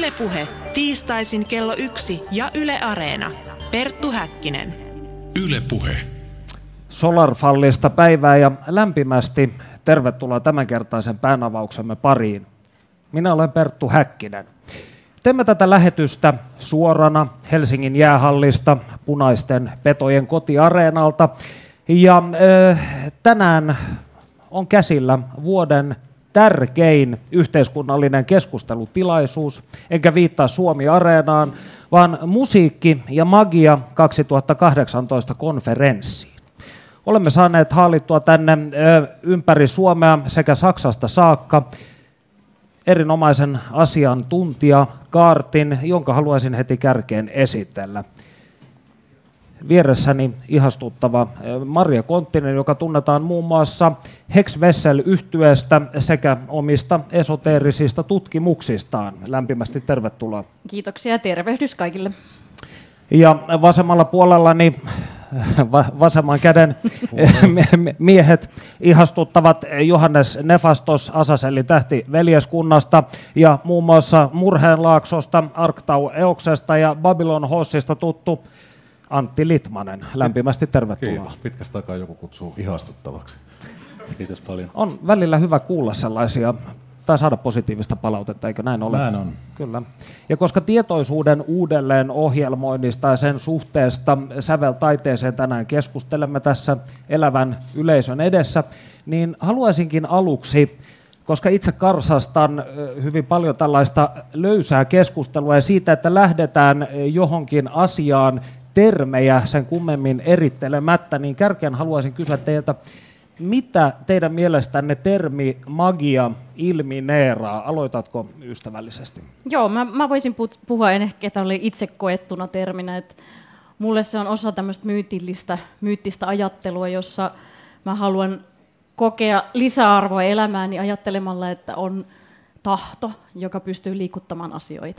Yle Puhe, tiistaisin kello 1 ja Yle Areena. Perttu Häkkinen. Yle Puhe. Solarfallista päivää ja lämpimästi tervetuloa tämänkertaisen päänavauksemme pariin. Minä olen Perttu Häkkinen. Teemme tätä lähetystä suorana Helsingin jäähallista, Punaisten petojen kotiareenalta. Ja tänään on käsillä vuoden tärkein yhteiskunnallinen keskustelutilaisuus, enkä viittaa Suomi-areenaan, vaan Musiikki ja magia 2018 konferenssiin. Olemme saaneet haalittua tänne ympäri Suomea sekä Saksasta saakka erinomaisen asiantuntijakaartin, jonka haluaisin heti kärkeen esitellä. Vieressäni ihastuttava Maria Konttinen, joka tunnetaan muun muassa Hex Wessel-yhtyeestä sekä omista esoteerisista tutkimuksistaan. Lämpimästi tervetuloa. Kiitoksia ja tervehdys kaikille. Ja vasemmalla puolellani vasemman käden miehet ihastuttavat Johannes Nefastos Asasellin tähti veljeskunnasta ja muun muassa Murheenlaaksosta, Arktau Eoksesta ja Babylon Hossista tuttu Antti Litmanen. Lämpimästi tervetuloa. Kiitos. Pitkästä aikaa joku kutsuu ihastuttavaksi. Kiitos paljon. On välillä hyvä kuulla sellaisia, tai saada positiivista palautetta, eikö näin ole? Näin on. Kyllä. Ja koska tietoisuuden uudelleen ohjelmoinnista ja sen suhteesta säveltaiteeseen tänään keskustelemme tässä elävän yleisön edessä, niin haluaisinkin aluksi, koska itse karsastan hyvin paljon tällaista löysää keskustelua ja siitä, että lähdetään johonkin asiaan termejä sen kummemmin erittelemättä, niin kärkeen haluaisin kysyä teiltä, mitä teidän mielestänne termi magia ilmineeraa? Aloitatko ystävällisesti? Joo, mä voisin puhua ehkä, että oli itse koettuna terminä, että mulle se on osa tämmöistä myyttistä ajattelua, jossa mä haluan kokea lisäarvoa elämääni ajattelemalla, että on tahto, joka pystyy liikuttamaan asioita.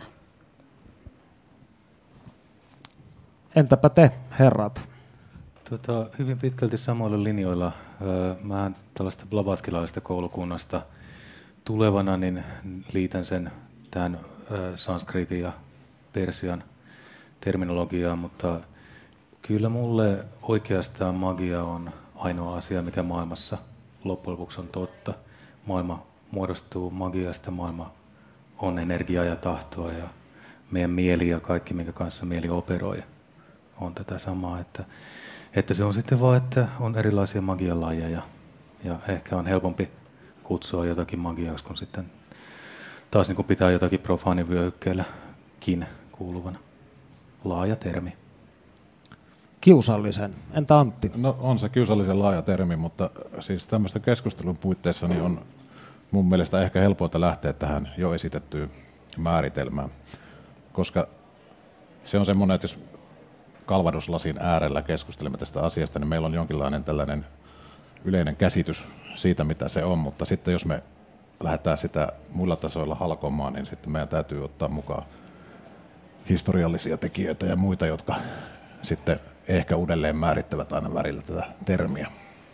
Entäpä te, herrat? Hyvin pitkälti samoilla linjoilla. Mä tällaista blavaskilaisesta koulukunnasta tulevana niin liitän sen tähän sanskritin ja persian terminologiaan, mutta kyllä mulle oikeastaan magia on ainoa asia, mikä maailmassa loppujen lopuksi on totta. Maailma muodostuu magiasta, maailma on energiaa ja tahtoa ja meidän mieli ja kaikki, minkä kanssa mieli operoi, on tätä samaa, että se on sitten vaan, että on erilaisia magialajeja ja ehkä on helpompi kutsua jotakin magiaksi, kun sitten taas niin kuin pitää jotakin profaanivyöhykkeelläkin kuuluvana. Laaja termi. Kiusallisen. Entä Antti? No on se kiusallisen laaja termi, mutta siis tämmöisten keskustelun puitteissa niin on mun mielestä ehkä helpointa lähteä tähän jo esitettyyn määritelmään, koska se on semmoinen, että jos kalvadoslasin äärellä keskustelemme tästä asiasta, niin meillä on jonkinlainen tällainen yleinen käsitys siitä, mitä se on, mutta sitten jos me lähdetään sitä muilla tasoilla halkomaan, niin sitten meidän täytyy ottaa mukaan historiallisia tekijöitä ja muita, jotka sitten ehkä uudelleen määrittävät aina värillä tätä termiä.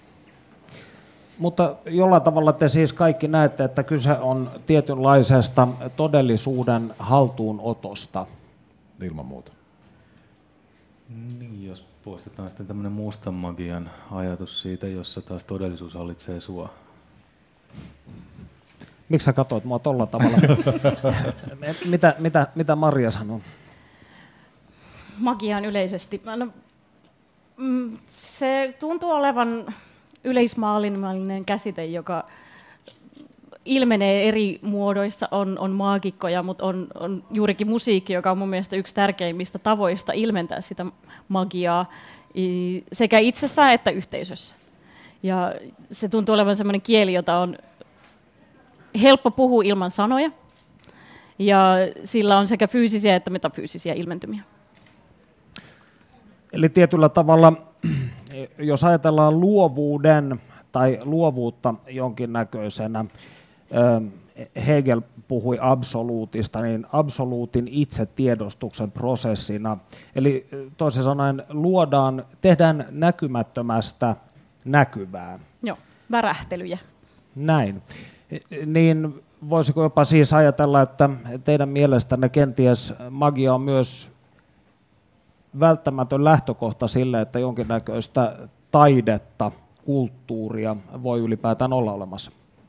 Mutta jollain tavalla te siis kaikki näette, että kyse on tietynlaisesta todellisuuden haltuunotosta. Ilman muuta. Niin, jos poistetaan sitten tämmöinen mustan magian ajatus siitä, jossa taas todellisuus hallitsee sua. Miksi sä katsoit mua tolla tavalla? mitä Maria sanoo? Magiaan yleisesti. No, se tuntuu olevan yleismaailmallinen käsite, joka ilmenee eri muodoissa, on maagikkoja, mutta on juurikin musiikki, joka on mun mielestä yksi tärkeimmistä tavoista ilmentää sitä magiaa sekä itsessään että yhteisössä. Ja se tuntuu olevan sellainen kieli, jota on helppo puhua ilman sanoja, ja sillä on sekä fyysisiä että metafyysisiä ilmentymiä. Eli tietyllä tavalla, jos ajatellaan luovuuden tai luovuutta jonkinnäköisenä, Hegel puhui absoluutista, niin absoluutin itsetiedostuksen prosessina. Eli toisin sanoen tehdään näkymättömästä näkyvää. Joo, värähtelyjä. Näin. Niin voisiko jopa siis ajatella, että teidän mielestänne kenties magia on myös välttämätön lähtökohta sille, että jonkinnäköistä taidetta, kulttuuria voi ylipäätään olla olemassa?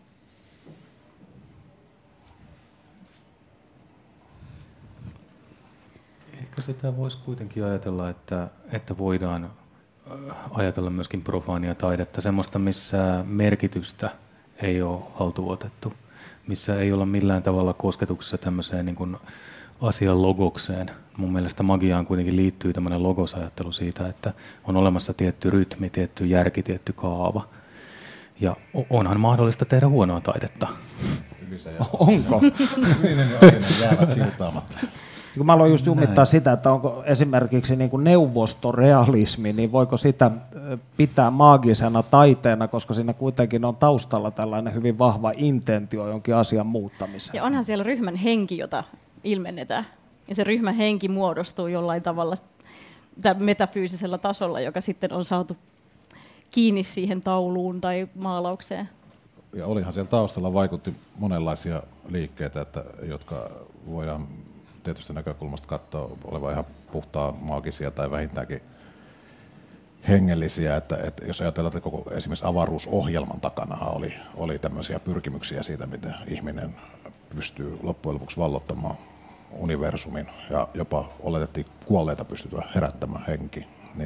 Ehkä sitä voisi kuitenkin ajatella, että voidaan ajatella myöskin profaania taidetta, semmoista, missä merkitystä ei ole haltuunotettu, missä ei olla millään tavalla kosketuksessa tämmöiseen niin kuin asian logokseen. Mun mielestä magiaan kuitenkin liittyy tämmöinen logosajattelu siitä, että on olemassa tietty rytmi, tietty järki, tietty kaava. Ja onhan mahdollista tehdä huonoa taidetta. Onko? Niin jäävät siltaamatta. Kun mä aloin just jumittaa sitä, että onko esimerkiksi niin kuin neuvostorealismi, niin voiko sitä pitää maagisena taiteena, koska siinä kuitenkin on taustalla tällainen hyvin vahva intentio jonkin asian muuttamiseen. Ja onhan siellä ryhmän henki, jota ilmennetään. Ja se ryhmän henki muodostuu jollain tavalla metafyysisellä tasolla, joka sitten on saatu kiinni siihen tauluun tai maalaukseen. Ja olihan siellä taustalla vaikutti monenlaisia liikkeitä, jotka voidaan tietysti näkökulmasta katsoa olevan ihan puhtaan maagisia tai vähintäänkin hengellisiä, että jos ajatellaan, että koko esimerkiksi avaruusohjelman takana oli tämmöisiä pyrkimyksiä siitä, miten ihminen pystyy loppujen lopuksi vallottamaan universumin ja jopa oletettiin kuolleita pystytään herättämään henki, niin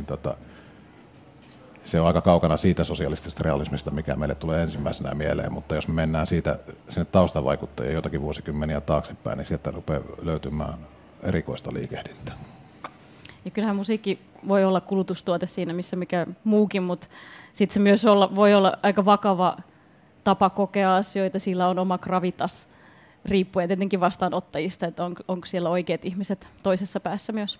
se on aika kaukana siitä sosialistisesta realismista, mikä meille tulee ensimmäisenä mieleen, mutta jos me mennään siitä sinne taustavaikuttajia jotakin vuosikymmeniä taaksepäin, niin sieltä rupeaa löytymään erikoista liikehdintää. Ja kyllähän musiikki voi olla kulutustuote siinä, missä mikä muukin, mutta sitten se myös voi olla aika vakava tapa kokea asioita, sillä on oma gravitas, riippuen tietenkin vastaanottajista, että onko siellä oikeat ihmiset toisessa päässä myös.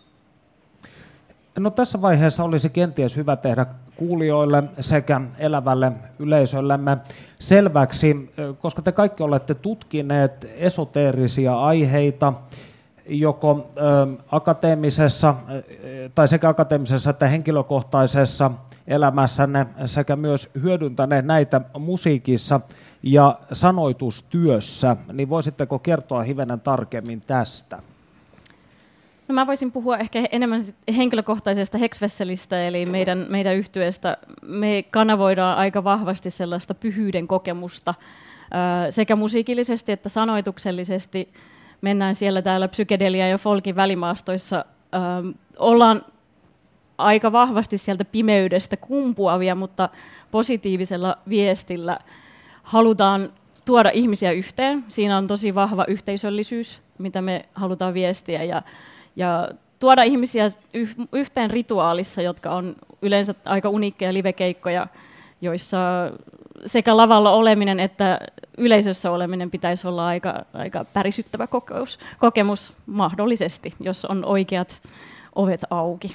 No tässä vaiheessa olisi kenties hyvä tehdä kuulijoille sekä elävälle yleisöllemme selväksi, koska te kaikki olette tutkineet esoteerisia aiheita, joko akateemisessa tai sekä akateemisessa että henkilökohtaisessa elämässänne sekä myös hyödyntäneet näitä musiikissa ja sanoitustyössä, niin voisitteko kertoa hivenen tarkemmin tästä? No mä voisin puhua ehkä enemmän henkilökohtaisesta Hexvesselistä, eli meidän yhtyeestä. Me kanavoidaan aika vahvasti sellaista pyhyyden kokemusta sekä musiikillisesti että sanoituksellisesti. Mennään siellä täällä psykedelia ja folkin välimaastoissa. Ollaan aika vahvasti sieltä pimeydestä kumpuavia, mutta positiivisella viestillä halutaan tuoda ihmisiä yhteen. Siinä on tosi vahva yhteisöllisyys, mitä me halutaan viestiä, ja tuoda ihmisiä yhteen rituaalissa, jotka on yleensä aika uniikkeja livekeikkoja, joissa sekä lavalla oleminen että yleisössä oleminen pitäisi olla aika pärisyttävä kokemus mahdollisesti, jos on oikeat ovet auki.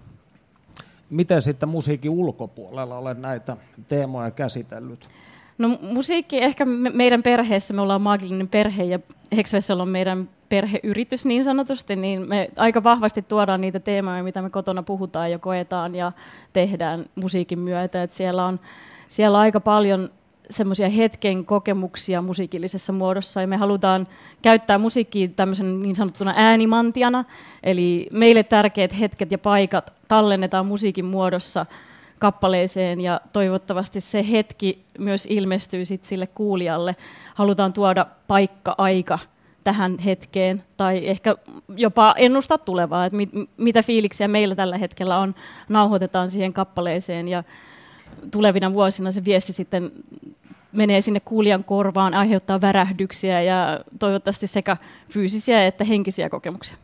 Miten sitten musiikin ulkopuolella olet näitä teemoja käsitellyt? No musiikki ehkä meidän perheessä, me ollaan maagillinen perhe ja Hexvessel on meidän perheyritys niin sanotusti, niin me aika vahvasti tuodaan niitä teemoja, mitä me kotona puhutaan ja koetaan ja tehdään musiikin myötä. Et siellä on aika paljon semmoisia hetken kokemuksia musiikillisessa muodossa ja me halutaan käyttää musiikkia tämmöisen niin sanottuna äänimantiana, eli meille tärkeät hetket ja paikat tallennetaan musiikin muodossa kappaleeseen ja toivottavasti se hetki myös ilmestyy sit sille kuulijalle. Halutaan tuoda paikka, aika tähän hetkeen tai ehkä jopa ennustaa tulevaa, että mitä fiiliksiä meillä tällä hetkellä on, nauhoitetaan siihen kappaleeseen ja tulevina vuosina se viesti sitten menee sinne kuulijan korvaan, aiheuttaa värähdyksiä ja toivottavasti sekä fyysisiä että henkisiä kokemuksia.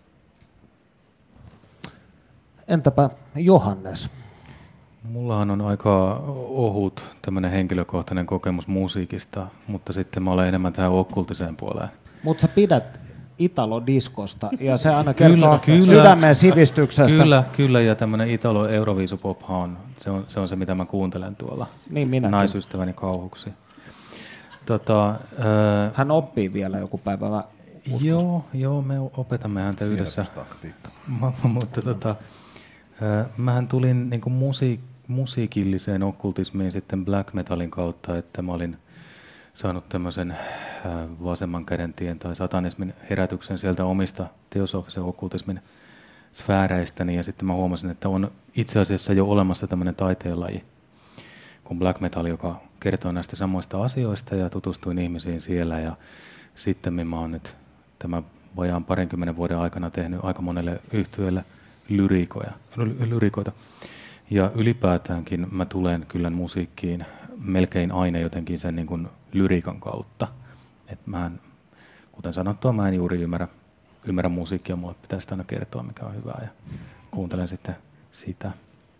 Entäpä Johannes? Mullahan on aika ohut tämmöinen henkilökohtainen kokemus musiikista, mutta sitten mä olen enemmän tähän okkultiseen puoleen. Mutta sä pidät Italo-diskosta ja se aina kertoo sydämen sivistyksestä. Kyllä, ja tämmöinen Italo-Euroviisupophan se on se, mitä mä kuuntelen tuolla naisystäväni kauhuksi. Hän oppii vielä joku päivä. Joo, me opetamme häntä yhdessä. Mutta mähän tulin niin kuin musiikilliseen okkultismiin sitten black metalin kautta, että mä olin saanut tämmöisen vasemman käden tien tai satanismin herätyksen sieltä omista teosofisen okkultismin sfääreistäni, ja sitten mä huomasin, että on itse asiassa jo olemassa tämmöinen taiteenlaji kuin black metal, joka kertoo näistä samoista asioista, ja tutustuin ihmisiin siellä, ja sitten mä oon nyt tämän vajaan 20 vuoden aikana tehnyt aika monelle yhtyeelle lyrikoita. Ja ylipäätäänkin mä tulen kyllä musiikkiin melkein aina jotenkin sen niin kuin lyriikan kautta. Et kuten sanottua, mä en juuri ymmärrä musiikkia, mulle pitäisi aina kertoa, mikä on hyvää, ja kuuntelen sitten sitä.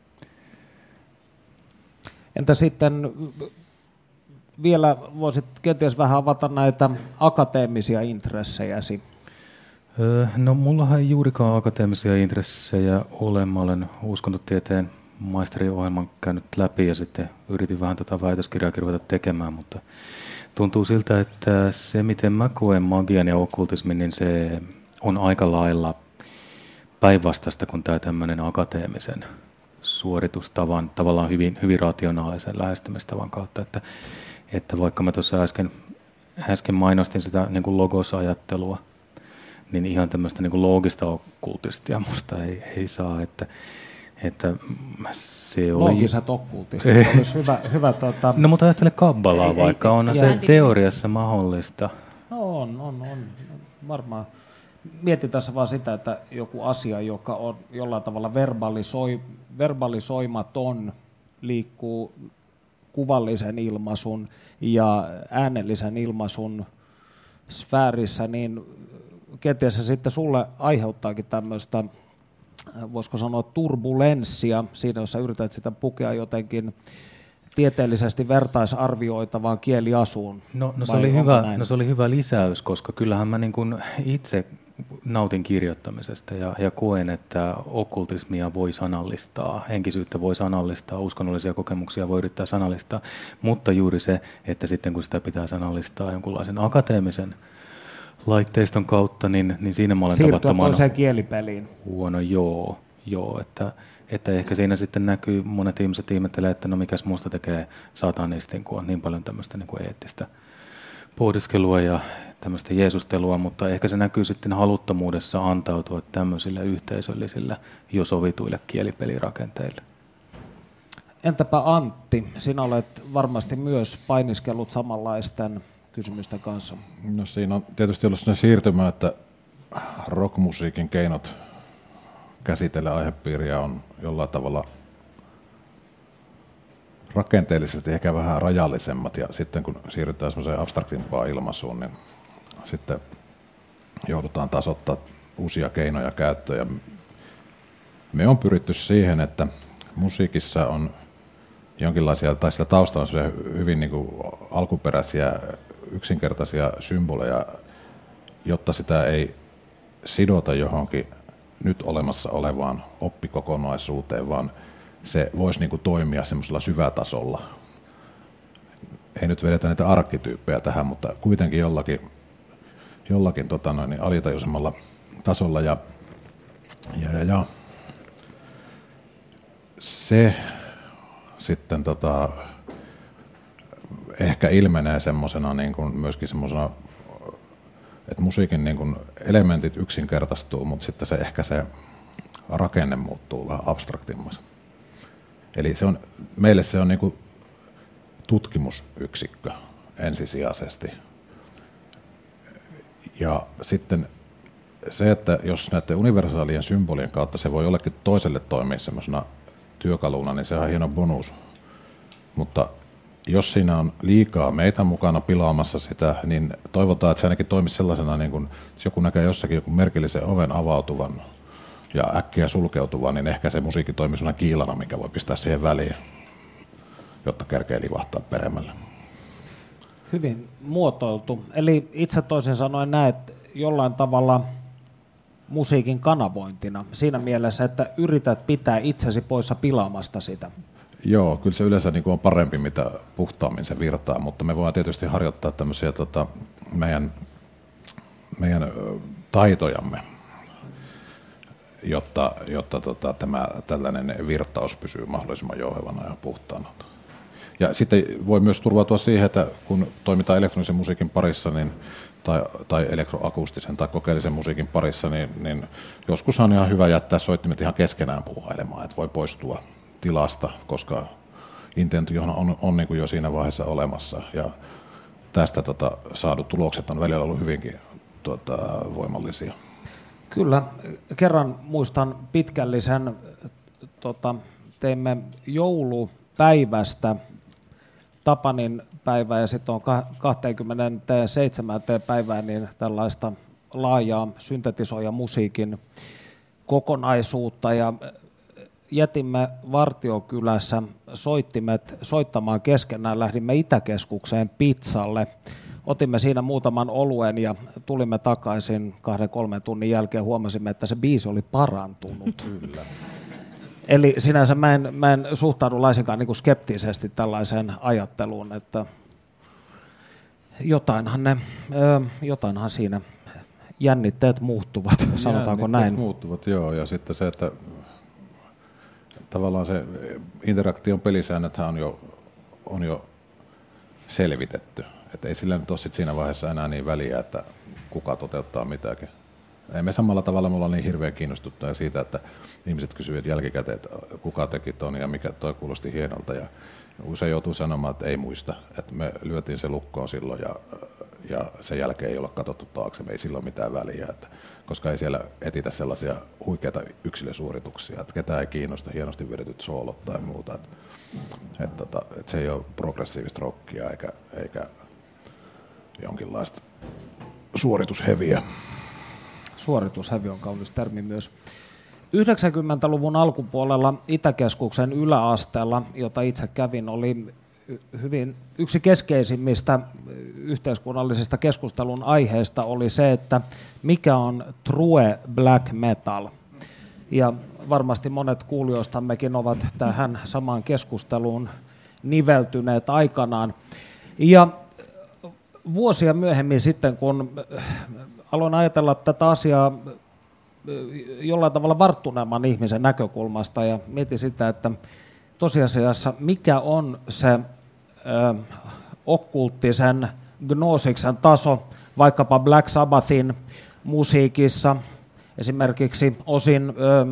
Entä sitten vielä voisit kenties vähän avata näitä akateemisia intressejäsi? No mullahan ei juurikaan akateemisia intressejä ole. Mä olen uskontotieteen maisteriohjelman käynyt läpi ja sitten yritin vähän tätä väitöskirjaakin ruveta tekemään, mutta tuntuu siltä, että se miten mä koen magian ja okkultismin, niin se on aika lailla päinvastaista kuin tämä tämmöinen akateemisen suoritustavan, tavallaan hyvin rationaalisen lähestymistavan kautta, että vaikka mä tuossa äsken mainostin sitä niin kuin logos-ajattelua, niin ihan tämmöistä niin kuin loogista okkultistia musta ei saa, että se oli... Loogiset okkultistit olisi hyvä No mutta ajattele kabbalaa vaikka, onhan se teoriassa mahdollista. No on. Varmaan. Mietin tässä vaan sitä, että joku asia, joka on jollain tavalla verbalisoimaton, liikkuu kuvallisen ilmaisun ja äänellisen ilmaisun sfäärissä, niin kenties se sitten sulle aiheuttaakin tämmöistä, voisiko sanoa, turbulenssia siinä, jos sä yrität sitä pukea jotenkin tieteellisesti vertaisarvioitavaan kieliasuun. No se oli hyvä lisäys, koska kyllähän mä niin kuin itse nautin kirjoittamisesta ja koen, että okkultismia voi sanallistaa, henkisyyttä voi sanallistaa, uskonnollisia kokemuksia voi yrittää sanallistaa, mutta juuri se, että sitten kun sitä pitää sanallistaa jonkunlaisen akateemisen laitteiston kautta, niin siinä mä olen tavattoman kielipeliin. Huono, joo, että ehkä siinä sitten näkyy, monet ihmiset ihmettelee, että no mikäs musta tekee satanistin, kun on niin paljon tämmöistä niin kuin eettistä pohdiskelua ja tämmöistä jeesustelua, mutta ehkä se näkyy sitten haluttomuudessa antautua tämmöisille yhteisöllisille jo sovituille kielipelirakenteille. Entäpä Antti, sinä olet varmasti myös painiskellut samanlaisten kysymysten kanssa. No siinä on tietysti ollut sellainen siirtymä, että rockmusiikin keinot käsitellä aihepiiriä on jollain tavalla rakenteellisesti ehkä vähän rajallisemmat, ja sitten kun siirrytään semmoiseen abstraktimpaan ilmaisuun, niin sitten joudutaan tasoittaa uusia keinoja käyttöön. Me on pyritty siihen, että musiikissa on jonkinlaisia, tai sillä taustalla on hyvin niin kuin alkuperäisiä, yksinkertaisia symboleja, jotta sitä ei sidota johonkin nyt olemassa olevaan oppikokonaisuuteen, vaan se voisi niin kuin toimia semmoisella syvätasolla. Ei nyt vedetä niitä arkkityyppejä tähän, mutta kuitenkin jollakin alitajuisemmalla tasolla. Ja se sitten ehkä ilmenee semmoisena niin kuin myöskin semmoisena, että musiikin niin kuin elementit yksinkertaistuu, mutta sitten se rakenne muuttuu vähän abstraktimmaksi. Eli meille se on niin kuin tutkimusyksikkö ensisijaisesti. Ja sitten se, että jos näiden universaalien symbolien kautta se voi jollekin toiselle toimia semmoisena työkaluna, niin se on hieno bonus. Mutta jos siinä on liikaa meitä mukana pilaamassa sitä, niin toivotaan, että se ainakin toimisi sellaisena, niin kuin jos joku näkee jossakin joku merkillisen oven avautuvan ja äkkiä sulkeutuvan, niin ehkä se musiikki toimii sellaisena kiilana, minkä voi pistää siihen väliin, jotta kerkee livahtaa peremmälle. Hyvin muotoiltu. Eli itse toisin sanoen näet jollain tavalla musiikin kanavointina siinä mielessä, että yrität pitää itsesi poissa pilaamasta sitä. Joo, kyllä se yleensä niin kuin on parempi, mitä puhtaammin se virtaa, mutta me voidaan tietysti harjoittaa tämmöisiä meidän taitojamme, jotta tällainen virtaus pysyy mahdollisimman jouhevana ja puhtaana. Ja sitten voi myös turvautua siihen, että kun toimitaan elektronisen musiikin parissa, niin tai elektroakustisen tai kokeellisen musiikin parissa, niin joskushan on ihan hyvä jättää soittimet ihan keskenään puuhailemaan, että voi poistua tilasta, koska intentio on niin kuin jo siinä vaiheessa olemassa. Ja tästä saadut tulokset on välillä ollut hyvinkin voimallisia. Kyllä, kerran muistan pitkällisen, teimme joulupäivästä Tapanin päivää ja sitten on 27. päivää niin tällaista laajaa syntetisoija musiikin kokonaisuutta ja jätimme Vartiokylässä soittimet soittamaan keskenään, lähdimme Itäkeskukseen pizzalle, otimme siinä muutaman oluen ja tulimme takaisin 2-3 tunnin jälkeen, huomasimme, että se biisi oli parantunut. Kyllä. Eli sinänsä mä en suhtaudu laisinkaan niin kuin skeptisesti tällaiseen ajatteluun, että jotainhan siinä jännitteet muuttuvat, sanotaanko näin. Muuttuvat, joo, ja sitten se, että tavallaan se interaktion pelisäännöthän on jo selvitetty, että ei sillä nyt ole sit siinä vaiheessa enää niin väliä, että kuka toteuttaa mitäkin. Ei me samalla tavalla me ollaan niin hirveän kiinnostuttuja siitä, että ihmiset kysyvät jälkikäteen, että kuka teki ton ja mikä toi kuulosti hienolta. Ja usein joutuu sanomaan, että ei muista, että me lyötiin se lukkoon silloin ja sen jälkeen ei olla katsottu taakse, me ei silloin mitään väliä, koska ei siellä etitä sellaisia huikeita yksilösuorituksia, että ketään ei kiinnosta hienosti vedetyt soolot tai muuta. Että se ei ole progressiivista rockia eikä jonkinlaista suoritusheviä. Suoritushevi on kaunis termi myös. 90-luvun alkupuolella Itäkeskuksen yläasteella, jota itse kävin, oli hyvin yksi keskeisimmistä yhteiskunnallisista keskustelun aiheista oli se, että mikä on true black metal. Ja varmasti monet kuulijoistammekin ovat tähän samaan keskusteluun niveltyneet aikanaan. Ja vuosia myöhemmin sitten, kun aloin ajatella tätä asiaa jollain tavalla varttuneemman ihmisen näkökulmasta ja mietin sitä, että tosiasiassa mikä on se okkulttisen gnoosiksen taso vaikkapa Black Sabbathin musiikissa, esimerkiksi osin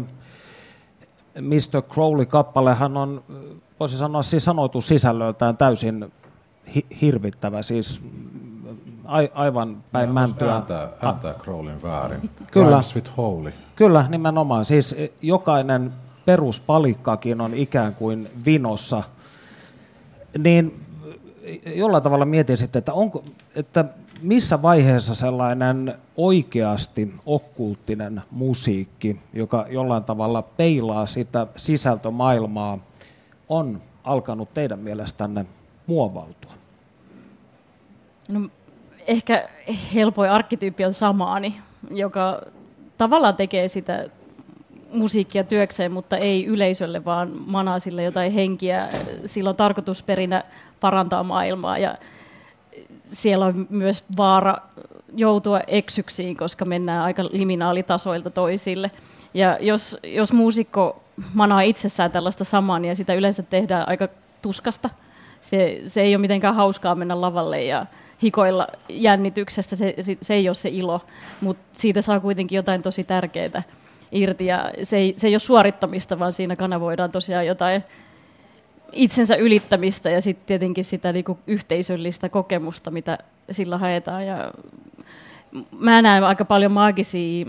Mr. Crowley-kappalehan on, voisi sanoa, siis sanotus sisällöltään täysin hirvittävä, siis aivan päin mäntyä. Ääntää Crowleyn väärin. Kyllä. With holy. Kyllä, nimenomaan. Siis jokainen peruspalikkakin on ikään kuin vinossa. Niin jollain tavalla mietin sitten, että missä vaiheessa sellainen oikeasti okkulttinen musiikki, joka jollain tavalla peilaa sitä sisältömaailmaa, on alkanut teidän mielestänne muovautua? No, ehkä helpoin arkkityyppi on Samaani, joka tavallaan tekee sitä musiikkia työkseen, mutta ei yleisölle, vaan manaa sille jotain henkiä. Sillä on tarkoitusperinä parantaa maailmaa ja siellä on myös vaara joutua eksyksiin, koska mennään aika liminaalitasoilta toisille. Ja jos muusikko manaa itsessään tällaista Samaania, sitä yleensä tehdään aika tuskasta. Se ei ole mitenkään hauskaa mennä lavalle ja hikoilla jännityksestä, se ei ole se ilo, mutta siitä saa kuitenkin jotain tosi tärkeää irti. Ja se ei ole suorittamista, vaan siinä kanavoidaan tosiaan jotain itsensä ylittämistä ja sitten tietenkin sitä niinku yhteisöllistä kokemusta, mitä sillä haetaan. Ja mä näen aika paljon maagisia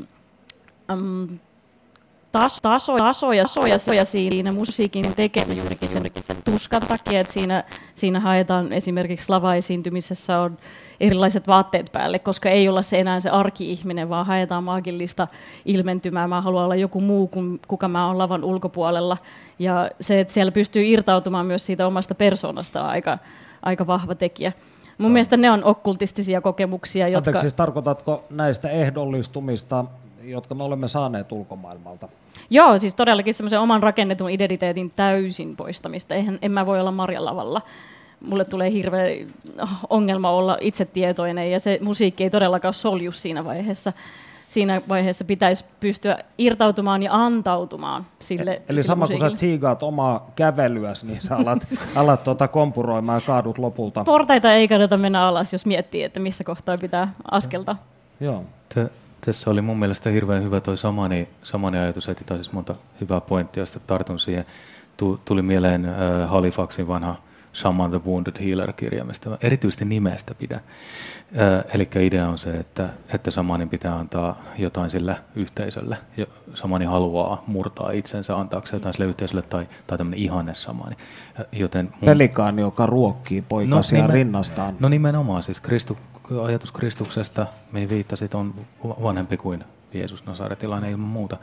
tasoja siinä musiikin tekemisessä sen tuskan takia, että siinä haetaan esimerkiksi lava-esiintymisessä on erilaiset vaatteet päälle, koska ei olla se enää se arki-ihminen, vaan haetaan maagillista ilmentymää. Mä haluan olla joku muu kuin kuka mä oon lavan ulkopuolella. Ja se, että siellä pystyy irtautumaan myös siitä omasta persoonasta on aika vahva tekijä. Mun mielestä ne on okkultistisia kokemuksia, jotka... Anteeksi, siis tarkoitatko näistä ehdollistumista, jotka me olemme saaneet ulkomaailmalta? Joo, siis todellakin semmoisen oman rakennetun identiteetin täysin poistamista. En mä voi olla Marjalavalla. Mulle tulee hirveä ongelma olla itsetietoinen ja se musiikki ei todellakaan solju siinä vaiheessa. siinä vaiheessa pitäisi pystyä irtautumaan ja antautumaan sille Eli sama musiikille. kun sä tsiigaat omaa kävelyäsi, niin sä alat kompuroimaan ja kaadut lopulta. Portaita ei kannata mennä alas, jos miettii, että missä kohtaa pitää askelta. Joo. Tässä oli mun mielestä hirveän hyvä toi samani ajatus heti, tai siis monta hyvää pointtia, josta tartun siihen. Tuli mieleen Halifaxin vanha Shaman the Wounded Healer-kirja, mistä erityisesti nimestä pidän. Eli idea on se, että shamanin pitää antaa jotain sille yhteisölle. Shamani haluaa murtaa itsensä antaakseen jotain sille yhteisölle tai tämmöinen ihanne shamani. Pelikaani, joka ruokkii poikasia rinnastaan. No nimenomaan, siis ajatus Kristuksesta, mihin viittasit, on vanhempi kuin Jeesus nasaretilainen ilman muuta.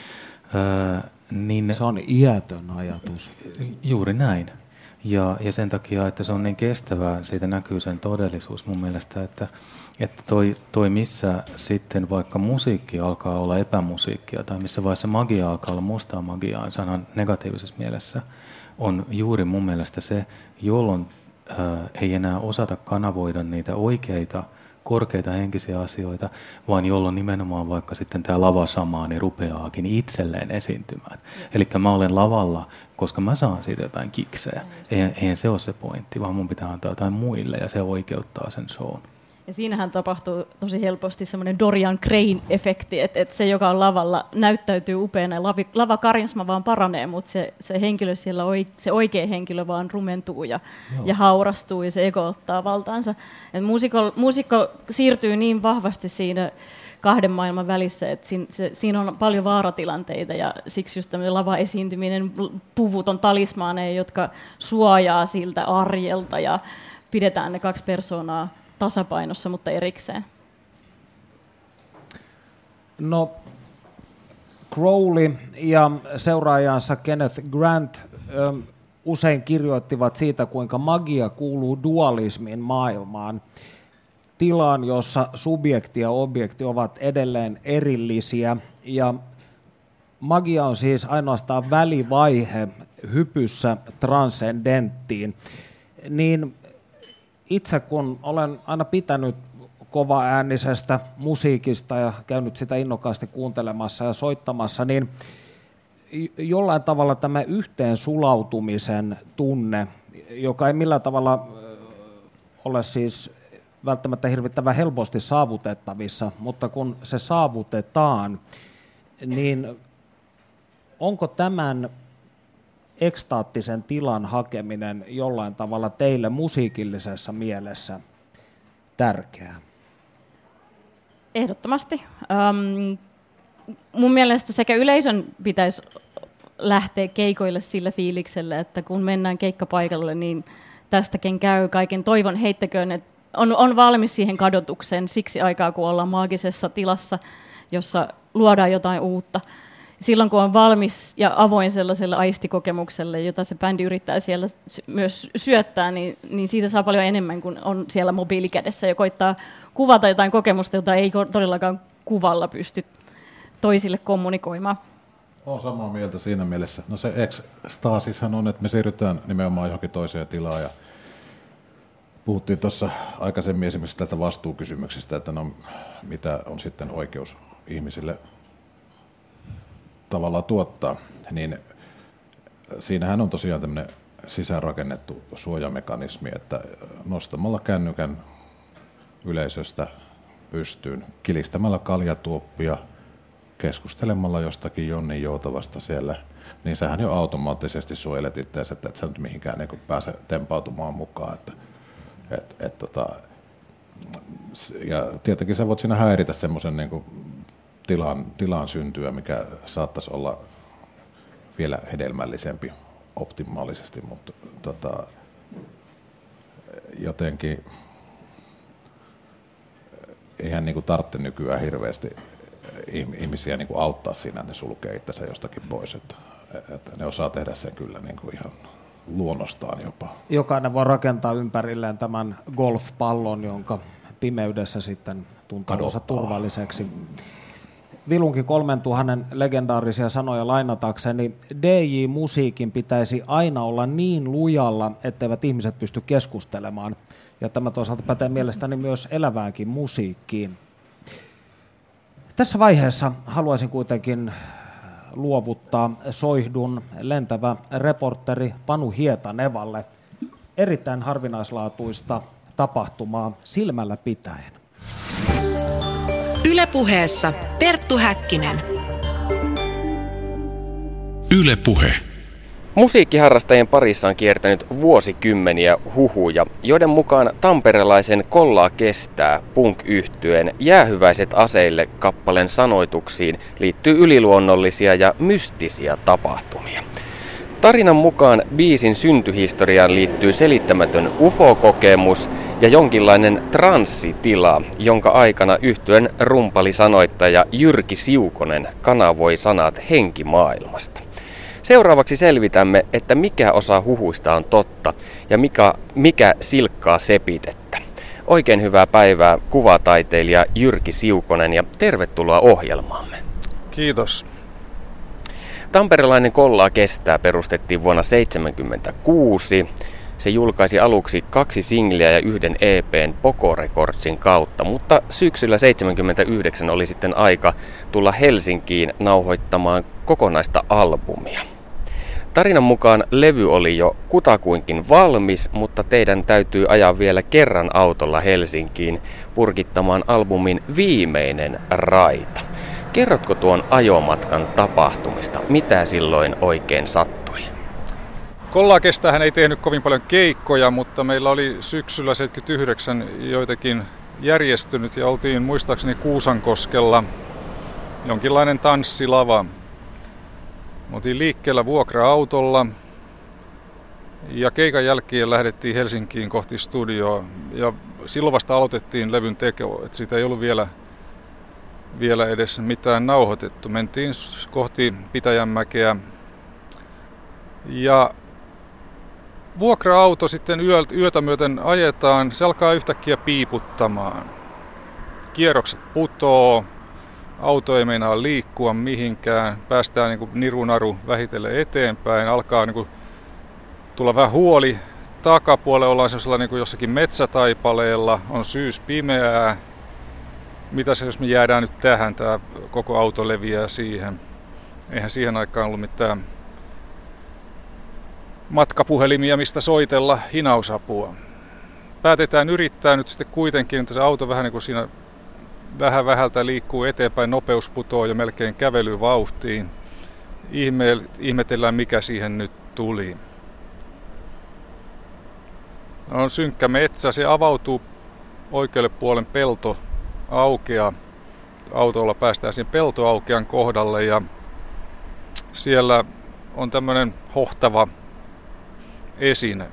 Se on iätön ajatus. Juuri näin. Ja sen takia, että se on niin kestävää, siitä näkyy sen todellisuus mun mielestä, että toi missä sitten vaikka musiikki alkaa olla epämusiikkia tai missä vaiheessa magia alkaa olla mustaa magiaa sanan negatiivisessa mielessä, on juuri mun mielestä se, jolloin ei enää osata kanavoida niitä oikeita, korkeita henkisiä asioita, vaan jolloin nimenomaan vaikka sitten tämä lavasamaani rupeaakin itselleen esiintymään. Eli mä olen lavalla, koska mä saan siitä jotain kiksejä. Eihän se ole se pointti, vaan mun pitää antaa jotain muille ja se oikeuttaa sen shown. Ja siinähän tapahtuu tosi helposti semmoinen Dorian Gray-efekti, että se, joka on lavalla, näyttäytyy upeana ja lavakarisma vaan paranee, mutta se henkilö siellä, se oikea henkilö vaan rumentuu ja haurastuu ja se ego ottaa valtaansa. Et muusikko siirtyy niin vahvasti siinä kahden maailman välissä, että siinä on paljon vaaratilanteita ja siksi just tämmöinen lavaesiintyminen, puvut on talismaaneja, jotka suojaa siltä arjelta ja pidetään ne kaksi persoonaa tasapainossa, mutta erikseen. No, Crowley ja seuraajansa Kenneth Grant usein kirjoittivat siitä, kuinka magia kuuluu dualismin maailmaan, tilaan, jossa subjekti ja objekti ovat edelleen erillisiä, ja magia on siis ainoastaan välivaihe hypyssä transcendenttiin. Niin itse kun olen aina pitänyt kovaäänisestä musiikista ja käynyt sitä innokkaasti kuuntelemassa ja soittamassa, niin jollain tavalla tämä yhteen sulautumisen tunne, joka ei millään tavalla ole siis välttämättä hirvittävän helposti saavutettavissa, mutta kun se saavutetaan, niin onko tämän ekstaattisen tilan hakeminen jollain tavalla teille musiikillisessa mielessä tärkeää? Ehdottomasti. Mun mielestä sekä yleisön pitäisi lähteä keikoille sillä fiiliksellä, että kun mennään keikkapaikalle, niin tästäkin käy kaiken toivon heittäköön, että on valmis siihen kadotukseen siksi aikaa, kun ollaan maagisessa tilassa, jossa luodaan jotain uutta. Silloin kun on valmis ja avoin sellaiselle aistikokemukselle, jota se bändi yrittää siellä myös syöttää, niin siitä saa paljon enemmän kuin on siellä mobiilikädessä ja koittaa kuvata jotain kokemusta, jota ei todellakaan kuvalla pysty toisille kommunikoimaan. Olen samaa mieltä siinä mielessä. No se ekstasishan on, että me siirrytään nimenomaan johonkin toiseen tilaan ja puhuttiin tuossa aikaisemmin esimerkiksi tästä vastuukysymyksestä, että no, mitä on sitten oikeus ihmisille tavallaan tuottaa, niin siinähän on tosiaan tämmöinen sisäänrakennettu suojamekanismi, että nostamalla kännykän yleisöstä pystyyn, kilistämällä kaljatuoppia, keskustelemalla jostakin Jonnin joutavasta siellä, niin sähän jo automaattisesti suojelet itseäsi, että et sä nyt mihinkään niin pääse tempautumaan mukaan. Ja tietenkin sä voit siinä häiritä semmoisen niin tilan syntyä, mikä saattaisi olla vielä hedelmällisempi optimaalisesti, mutta jotenkin eihän niin tarvitse nykyään hirveästi ihmisiä niin auttaa siinä, että ne sulkee itsensä jostakin pois. Että ne osaa tehdä sen kyllä niin ihan luonnostaan jopa. Jokainen voi rakentaa ympärilleen tämän golfpallon, jonka pimeydessä sitten tuntuu turvalliseksi. Vilunkin 3000 legendaarisia sanoja lainatakseni, DJ-musiikin pitäisi aina olla niin lujalla, etteivät ihmiset pysty keskustelemaan. Ja tämä toisaalta pätee mielestäni myös eläväänkin musiikkiin. Tässä vaiheessa haluaisin kuitenkin luovuttaa soihdun lentävä reporteri Panu Hietanevalle erittäin harvinaislaatuista tapahtumaa silmällä pitäen. Yle Puheessa Perttu Häkkinen. Yle Puhe. Musiikkiharrastajien parissa on kiertänyt vuosikymmeniä huhuja, joiden mukaan tamperelaisen Kollaa kestää punk-yhtyeen Jäähyväiset aseille -kappaleen sanoituksiin liittyy yliluonnollisia ja mystisiä tapahtumia. Tarinan mukaan biisin syntyhistoriaan liittyy selittämätön UFO-kokemus ja jonkinlainen transsitila, jonka aikana yhtyeen rumpalisanoittaja Jyrki Siukonen kanavoi sanat henkimaailmasta. Seuraavaksi selvitämme, että mikä osa huhuista on totta ja mikä silkkaa sepitettä. Oikein hyvää päivää kuvataiteilija Jyrki Siukonen ja tervetuloa ohjelmaamme. Kiitos. Tamperelainen Kollaa kestää perustettiin vuonna 1976. Se julkaisi aluksi 2 singleä ja 1 EP:n Poco Recordsin kautta, mutta syksyllä 1979 oli sitten aika tulla Helsinkiin nauhoittamaan kokonaista albumia. Tarinan mukaan levy oli jo kutakuinkin valmis, mutta teidän täytyy ajaa vielä kerran autolla Helsinkiin purkittamaan albumin viimeinen raita. Kerrotko tuon ajomatkan tapahtumista? Mitä silloin oikein sattui? Kollaa kestäähän ei tehnyt kovin paljon keikkoja, mutta meillä oli syksyllä 1979 joitakin järjestynyt ja oltiin muistaakseni Kuusankoskella jonkinlainen tanssilava. Me oltiin liikkeellä vuokra-autolla ja keikan jälkeen lähdettiin Helsinkiin kohti studioa ja silloin vasta aloitettiin levyn teko, että siitä ei ollut vielä edes mitään nauhoitettu. Mentiin kohti Pitäjänmäkeä ja vuokra-auto sitten yötä myöten ajetaan, se alkaa yhtäkkiä piiputtamaan. Kierrokset putoo, auto ei meinaa liikkua mihinkään, päästään niin kuin nirunaru vähitellen eteenpäin, alkaa niin kuin tulla vähän huoli. Takapuolella ollaan sellaisella niin kuin jossakin metsätaipaleella, on syys pimeää. Mitä se, jos me jäädään nyt tähän, tämä koko auto leviää siihen. Eihän siihen aikaan ollut mitään matkapuhelimia, mistä soitella hinausapua. Päätetään yrittää nyt sitten kuitenkin, että se auto vähän niin kuin siinä vähältä liikkuu eteenpäin, nopeus putoo jo melkein kävelyvauhtiin. Ihmetellään, mikä siihen nyt tuli. On synkkä metsä, se avautuu oikealle puolen pelto aukea. Autolla päästään siihen peltoaukean kohdalle ja siellä on tämmöinen hohtava esine.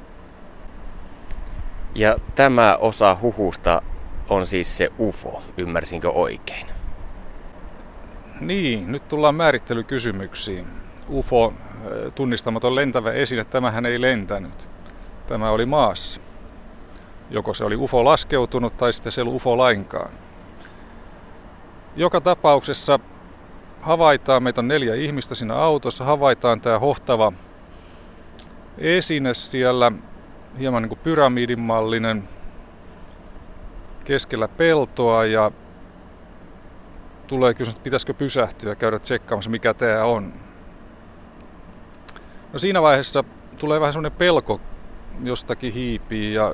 Ja tämä osa huhusta on siis se UFO, ymmärsinkö oikein? Niin, nyt tullaan määrittelykysymyksiin. UFO, tunnistamaton lentävä esine, tämähän ei lentänyt. Tämä oli maassa. Joko se oli UFO laskeutunut tai sitten se ei ollut UFO lainkaan. Joka tapauksessa havaitaan, meitä on 4 ihmistä siinä autossa, havaitaan tämä hohtava esine siellä, hieman niin kuin pyramidin mallinen, keskellä peltoa ja tulee kysymys, että pitäisikö pysähtyä ja käydä tsekkaamassa, mikä tämä on. Siinä vaiheessa tulee vähän semmoinen pelko, jostakin hiipii ja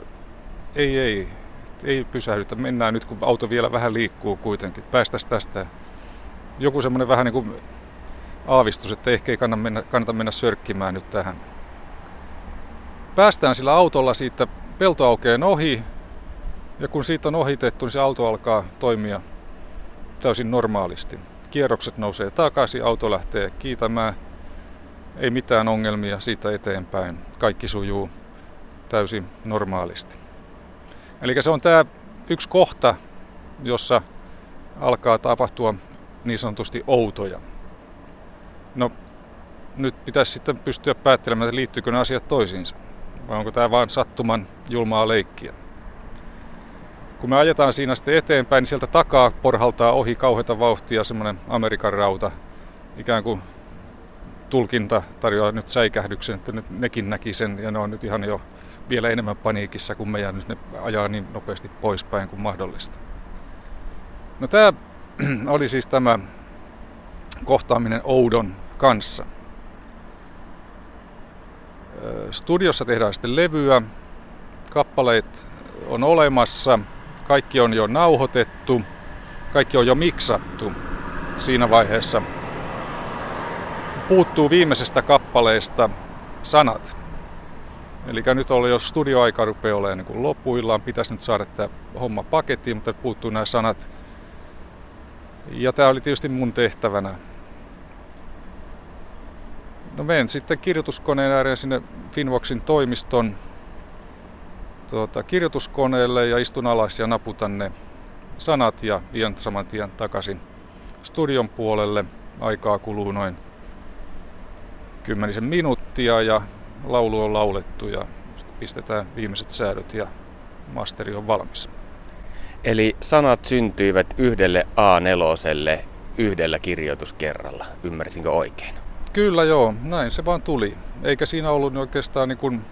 ei pysähdytä. Mennään nyt, kun auto vielä vähän liikkuu kuitenkin. Päästäisiin tästä. Joku semmoinen vähän niin kuin aavistus, että ehkä ei kannata mennä sörkkimään nyt tähän. Päästään sillä autolla siitä peltoaukeen ohi. Ja kun siitä on ohitettu, niin se auto alkaa toimia täysin normaalisti. Kierrokset nousee takaisin, auto lähtee kiitämään. Ei mitään ongelmia siitä eteenpäin. Kaikki sujuu täysin normaalisti. Eli se on tämä yksi kohta, jossa alkaa tapahtua niin sanotusti outoja. No, nyt pitäisi sitten pystyä päättelemään, että liittyykö ne asiat toisiinsa. Vai onko tämä vain sattuman julmaa leikkiä. Kun me ajetaan siinä sitten eteenpäin, niin sieltä takaa porhaltaa ohi kauheata vauhtia semmoinen Amerikan rauta. Ikään kuin tulkinta tarjoaa nyt säikähdyksen, että nyt nekin näki sen ja ne on nyt ihan jo vielä enemmän paniikissa kuin me ja nyt ne ajaa niin nopeasti poispäin kuin mahdollista. No tämä oli siis tämä kohtaaminen Oudon kanssa. Studiossa tehdään sitten levyä, kappaleet on olemassa, kaikki on jo nauhoitettu, kaikki on jo miksattu siinä vaiheessa. Puuttuu viimeisestä kappaleesta sanat. Eli nyt jos studioaika rupeaa olemaan niin kuin loppuillaan, pitäisi nyt saada tämä homma pakettiin, mutta puuttuu nämä sanat. Ja tämä oli tietysti mun tehtävänä. No menen sitten kirjoituskoneen ääreen sinne Finnvoxin toimiston kirjoituskoneelle ja istun alas ja naputan ne sanat ja vien saman tien takaisin studion puolelle. Aikaa kuluu noin 10 minuuttia ja laulu on laulettu ja pistetään viimeiset säädöt ja masteri on valmis. Eli sanat syntyivät yhdelle A4:lle yhdellä kirjoituskerralla. Ymmärsinkö oikein? Kyllä joo, näin se vaan tuli. Eikä siinä ollut oikeastaan niin kuin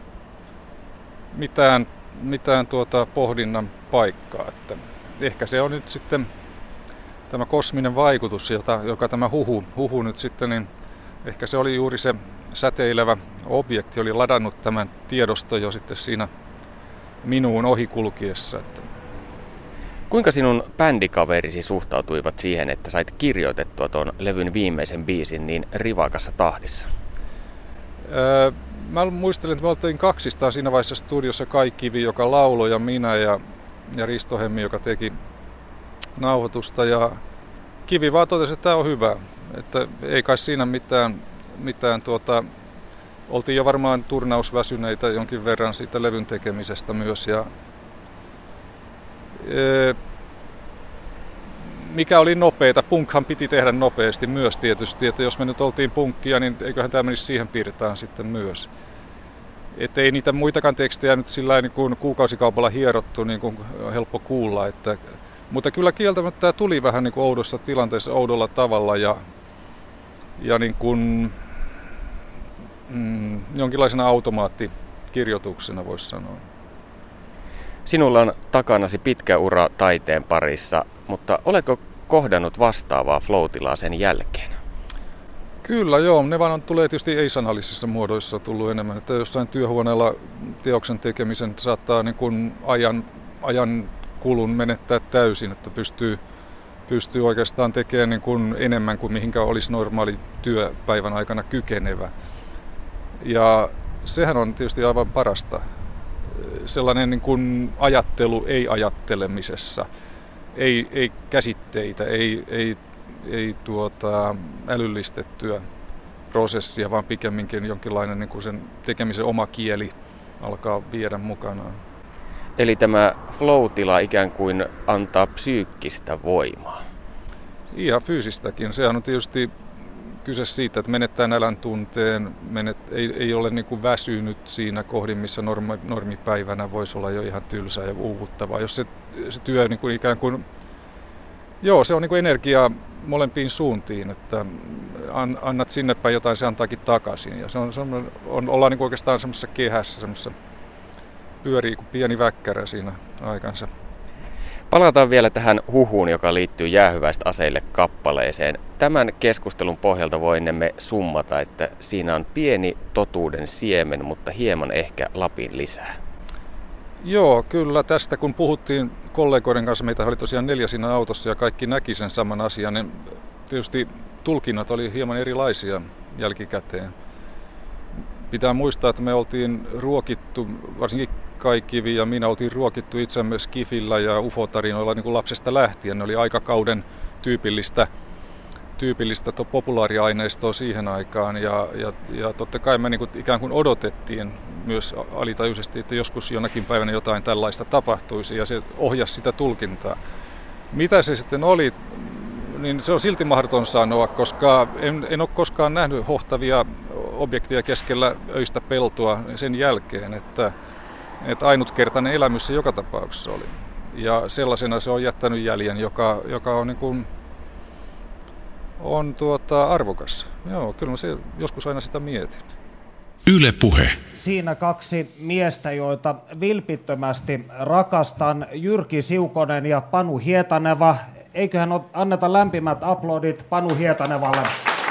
mitään pohdinnan paikkaa. Että ehkä se on nyt sitten tämä kosminen vaikutus, joka tämä huhu nyt sitten, niin ehkä se oli juuri se säteilevä objekti, oli ladannut tämän tiedoston jo sitten siinä minuun ohikulkiessa. Kuinka sinun bändikaverisi suhtautuivat siihen, että sait kirjoitettua tuon levyn viimeisen biisin niin rivakassa tahdissa? Mä muistelen, että me oltiin kaksistaan siinä vaiheessa studiossa Kai Kivi, joka lauloi, ja minä ja Risto Hemmi, joka teki nauhoitusta. Ja Kivi vaan totesi, että tämä on hyvä. Että ei kai siinä mitään oltiin jo varmaan turnausväsyneitä jonkin verran siitä levyn tekemisestä myös. Ja mikä oli nopeeta, punkhan piti tehdä nopeasti myös tietysti, että jos me nyt oltiin punkkia, niin eiköhän tämä menisi siihen piirtaan sitten myös. Että ei niitä muitakaan tekstejä nyt sillä niin kuin kuukausikaupalla hierottu, niin kuin helppo kuulla. Mutta kyllä kieltämättä tämä tuli vähän niin kuin oudossa tilanteessa, oudolla tavalla ja niin kuin, jonkinlaisena automaattikirjoituksena voisi sanoa. Sinulla on takanasi pitkä ura taiteen parissa, mutta oletko kohdannut vastaavaa flow-tilaa sen jälkeen? Kyllä joo, ne vaan tulee tietysti ei-sanallisissa muodoissa tullut enemmän, että jossain työhuoneella teoksen tekemisen saattaa niin kuin ajan kulun menettää täysin, että pystyy oikeastaan tekemään niin kuin enemmän kuin mihinkä olisi normaali työpäivän aikana kykenevä. Ja sehän on tietysti aivan parasta. Sellainen niin kuin ajattelu ei-ajattelemisessa, ei käsitteitä, ei älyllistettyä prosessia, vaan pikemminkin jonkinlainen niin kuin sen tekemisen oma kieli alkaa viedä mukanaan. Eli tämä flow-tila ikään kuin antaa psyykkistä voimaa. Ja fyysistäkin. Sehän on tietysti kyse siitä, että menettää nälän tunteen, ei ole niin kuin väsynyt siinä kohdin, missä normipäivänä voisi olla jo ihan tylsää ja uuvuttavaa. Jos se työ niin kuin ikään kuin, se on niin kuin energiaa molempiin suuntiin, että annat sinne päin jotain, se antaakin takaisin. Ja ollaan niin kuin oikeastaan semmoisessa kehässä, semmoisessa pyörii kuin pieni väkkärä siinä aikansa. Palataan vielä tähän huhuun, joka liittyy Jäähyväiset aseille -kappaleeseen. Tämän keskustelun pohjalta voinemme summata, että siinä on pieni totuuden siemen, mutta hieman ehkä lapin lisää. Joo, kyllä tästä kun puhuttiin kollegoiden kanssa, meitä oli tosiaan 4 siinä autossa ja kaikki näki sen saman asian, niin tietysti tulkinnat oli hieman erilaisia jälkikäteen. Pitää muistaa, että me oltiin ruokittu, varsinkin Kai Kivi ja minä oltiin ruokittu itsemme skifillä ja ufo-tarinoilla niin kuin lapsesta lähtien. Ne oli aikakauden tyypillistä populaariaineistoa siihen aikaan ja totta kai me niin kuin ikään kuin odotettiin myös alitajuisesti, että joskus jonakin päivänä jotain tällaista tapahtuisi ja se ohjasi sitä tulkintaa. Mitä se sitten oli, niin se on silti mahdoton sanoa, koska en ole koskaan nähnyt hohtavia objekteja keskellä öistä peltoa sen jälkeen, että ainutkertainen elämys se joka tapauksessa oli. Ja sellaisena se on jättänyt jäljen, joka on, niin kuin, on arvokas. Joo, kyllä mä joskus aina sitä mietin. Yle Puhe. Siinä 2 miestä, joita vilpittömästi rakastan, Jyrki Siukonen ja Panu Hietaneva. eiköhän anneta lämpimät aplodit Panu Hietanevalle.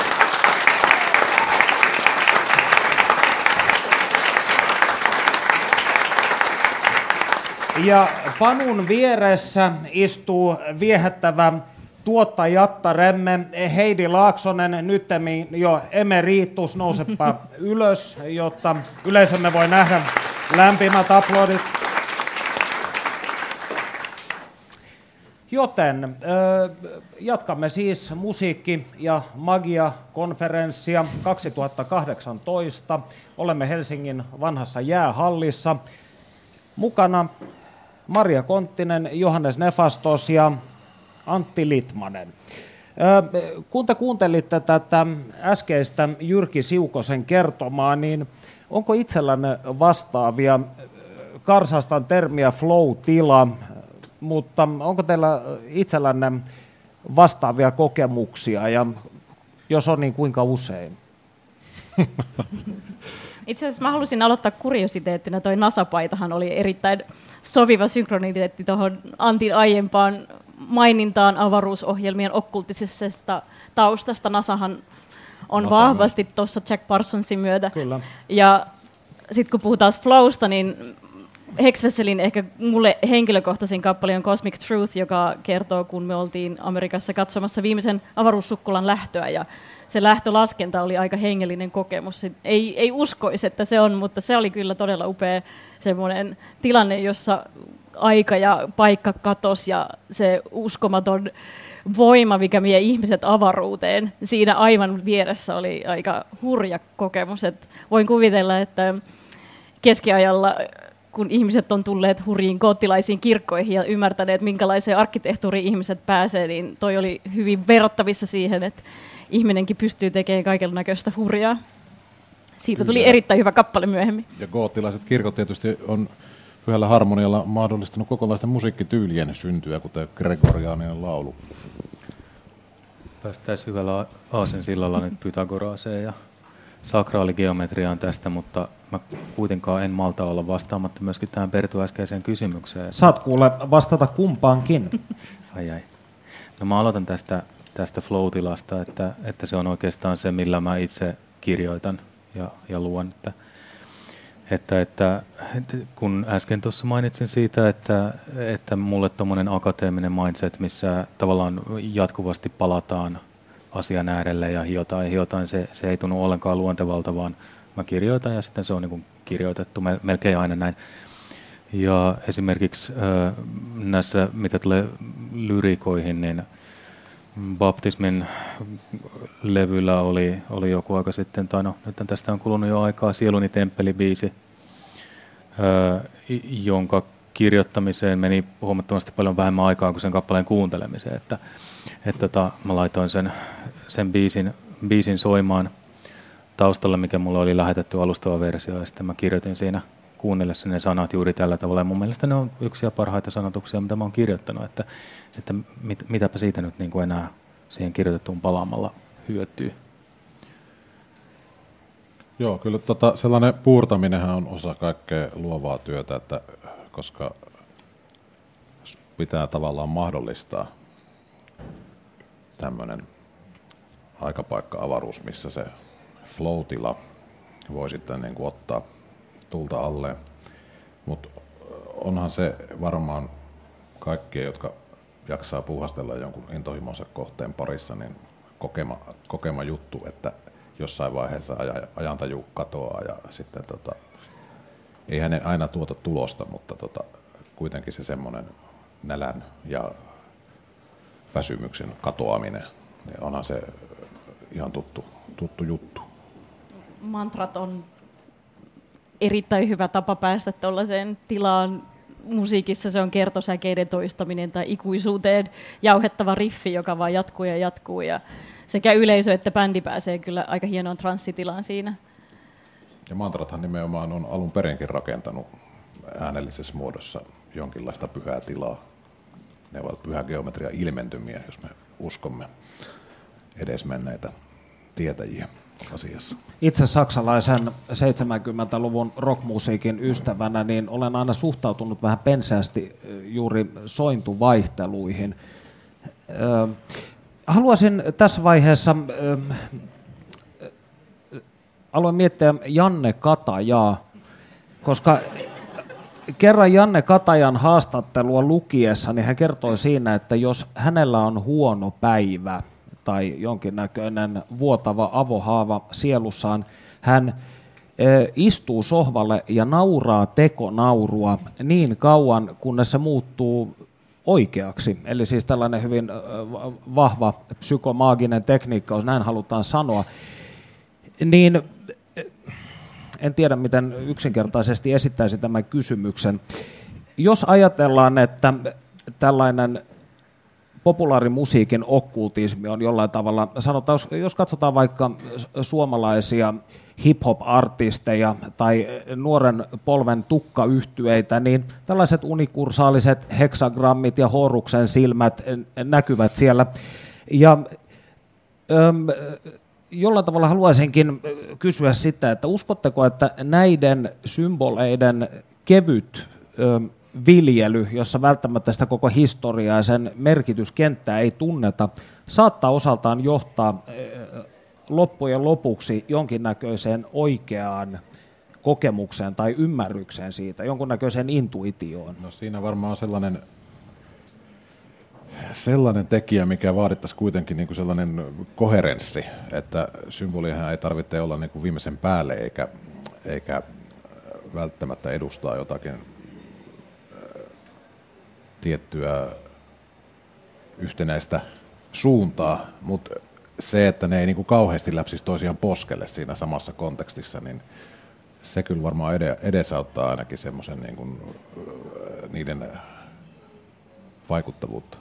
Ja Panun vieressä istuu viehättävä tuottajattaremme Heidi Laaksonen, nyttemmin jo emeritus, nousepa ylös, jotta yleisömme voi nähdä lämpimät aplodit. Joten jatkamme siis musiikki- ja magia-konferenssia 2018. Olemme Helsingin vanhassa jäähallissa. Mukana Maria Konttinen, Johannes Nefastos ja Antti Litmanen. Kun te kuuntelitte tätä äskeistä Jyrki Siukosen kertomaa, niin onko itsellänne vastaavia, karsastan termiä flow-tila, mutta onko teillä itsellänne vastaavia kokemuksia ja jos on, niin kuinka usein? Itse asiassa mä halusin aloittaa kuriositeettina. Toi NASA-paitahan oli erittäin soviva synkroniteetti tuohon Antin aiempaan mainintaan avaruusohjelmien okkultisesta taustasta. NASAhan on vahvasti tuossa Jack Parsonsin myötä. Kyllä. Ja sitten kun puhutaan flowsta, niin Hexfesselin ehkä mulle henkilökohtaisin kappale on Cosmic Truth, joka kertoo, kun me oltiin Amerikassa katsomassa viimeisen avaruussukkulan lähtöä, ja se lähtölaskenta oli aika hengellinen kokemus. Ei uskoisi, että se on, mutta se oli kyllä todella upea semmoinen tilanne, jossa aika ja paikka katosi ja se uskomaton voima, mikä vie ihmiset avaruuteen, siinä aivan vieressä oli aika hurja kokemus. Et voin kuvitella, että keskiajalla, kun ihmiset on tulleet hurjiin goottilaisiin kirkkoihin ja ymmärtäneet, minkälaiseen arkkitehtuuriin ihmiset pääsee, niin toi oli hyvin verrattavissa siihen, että ihminenkin pystyy tekemään kaiken näköistä hurjaa. Siitä tuli erittäin hyvä kappale myöhemmin. Ja goottilaiset kirkot tietysti on Pyhällä harmonialla mahdollistanut kokonaisten musiikkityylien syntyä, kuten gregoriaaninen laulu. Päästäisiin hyvällä aasensillalla nyt Pythagoraaseen ja sakraaligeometriaan tästä, mutta mä kuitenkaan en malta olla vastaamatta myöskin tähän Pertun äskeiseen kysymykseen. Saat kuule vastata kumpaankin. Ai. No mä aloitan tästä flow-tilasta, että se on oikeastaan se, millä mä itse kirjoitan ja luon. Että kun äsken tuossa mainitsin siitä, että mulle tommonen akateeminen mindset, missä tavallaan jatkuvasti palataan asian äärelle ja hiotaan, se ei tunnu ollenkaan luontevalta, vaan mä kirjoitan ja sitten se on niin kuin kirjoitettu melkein aina näin. Ja esimerkiksi näissä, mitä tulee lyrikoihin, niin Baptismin levyllä oli joku aika sitten, tai no nyt tästä on kulunut jo aikaa, Sieluni temppeli-biisi, jonka kirjoittamiseen meni huomattavasti paljon vähemmän aikaa kuin sen kappaleen kuuntelemiseen. Että mä laitoin sen biisin soimaan taustalle, mikä mulle oli lähetetty alustava versio, ja sitten mä kirjoitin siinä kuunnellessa ne sanat juuri tällä tavalla. Ja mun mielestä ne on yksiä parhaita sanotuksia, mitä mä oon kirjoittanut, että mitäpä siitä nyt niin kuin enää siihen kirjoitettuun palaamalla hyötyy. Joo, kyllä sellainen puurtaminenhan on osa kaikkea luovaa työtä, että koska pitää tavallaan mahdollistaa tämmöinen aikapaikka-avaruus, missä se flow-tila voi sitten niin kuin ottaa tulta alle. Mutta onhan se varmaan kaikkia, jotka jaksaa puuhastella jonkun intohimonsa kohteen parissa, niin kokema juttu, että jossain vaiheessa ajantaju katoaa ja sitten ei hänen aina tuota tulosta, mutta kuitenkin se semmoinen nälän ja väsymyksen katoaminen, niin onhan se ihan tuttu juttu. Mantrat on erittäin hyvä tapa päästä tuollaiseen tilaan. Musiikissa se on kertosäkeiden toistaminen tai ikuisuuteen jauhettava riffi, joka vaan jatkuu ja jatkuu. Ja sekä yleisö että bändi pääsee kyllä aika hienoon transsitilaan siinä. Ja mantrathan nimenomaan on alun perinkin rakentanut äänellisessä muodossa jonkinlaista pyhää tilaa. Ne ovat pyhä geometria ilmentymiä, jos me uskomme edesmenneitä tietäjiä asiassa. Itse saksalaisen 70-luvun rockmusiikin ystävänä niin olen aina suhtautunut vähän penseästi juuri sointuvaihteluihin. Haluaisin tässä vaiheessa, aloin miettiä Janne Katajaa, koska kerran Janne Katajan haastattelua lukiessa, niin hän kertoi siinä, että jos hänellä on huono päivä tai jonkinnäköinen vuotava avohaava sielussaan, hän istuu sohvalle ja nauraa tekonaurua niin kauan, kunnes se muuttuu oikeaksi. Eli siis tällainen hyvin vahva psykomaaginen tekniikka, jos näin halutaan sanoa. Niin en tiedä, miten yksinkertaisesti esittäisi tämän kysymyksen. Jos ajatellaan, että tällainen populaarimusiikin okkultismi on jollain tavalla, sanotaan, jos katsotaan vaikka suomalaisia hip-hop-artisteja tai nuoren polven tukkayhtyeitä, niin tällaiset unikursaaliset heksagrammit ja Horuksen silmät näkyvät siellä. Ja jollain tavalla haluaisinkin kysyä sitä, että uskotteko, että näiden symboleiden kevyt viljely, jossa välttämättä sitä koko historiaa ja sen merkityskenttää ei tunneta, saattaa osaltaan johtaa loppujen lopuksi jonkinnäköiseen oikeaan kokemukseen tai ymmärrykseen siitä, jonkunnäköiseen intuitioon? No siinä varmaan on sellainen tekijä, mikä vaadittaisi kuitenkin niin kuin sellainen koherenssi, että symboliahan ei tarvitse olla niin kuin viimeisen päälle eikä välttämättä edustaa jotakin tiettyä yhtenäistä suuntaa, mutta se, että ne ei niin kuin kauheasti läpsisi toisiaan poskelle siinä samassa kontekstissa, niin se kyllä varmaan edesauttaa ainakin semmoisen niin kuin niiden vaikuttavuutta.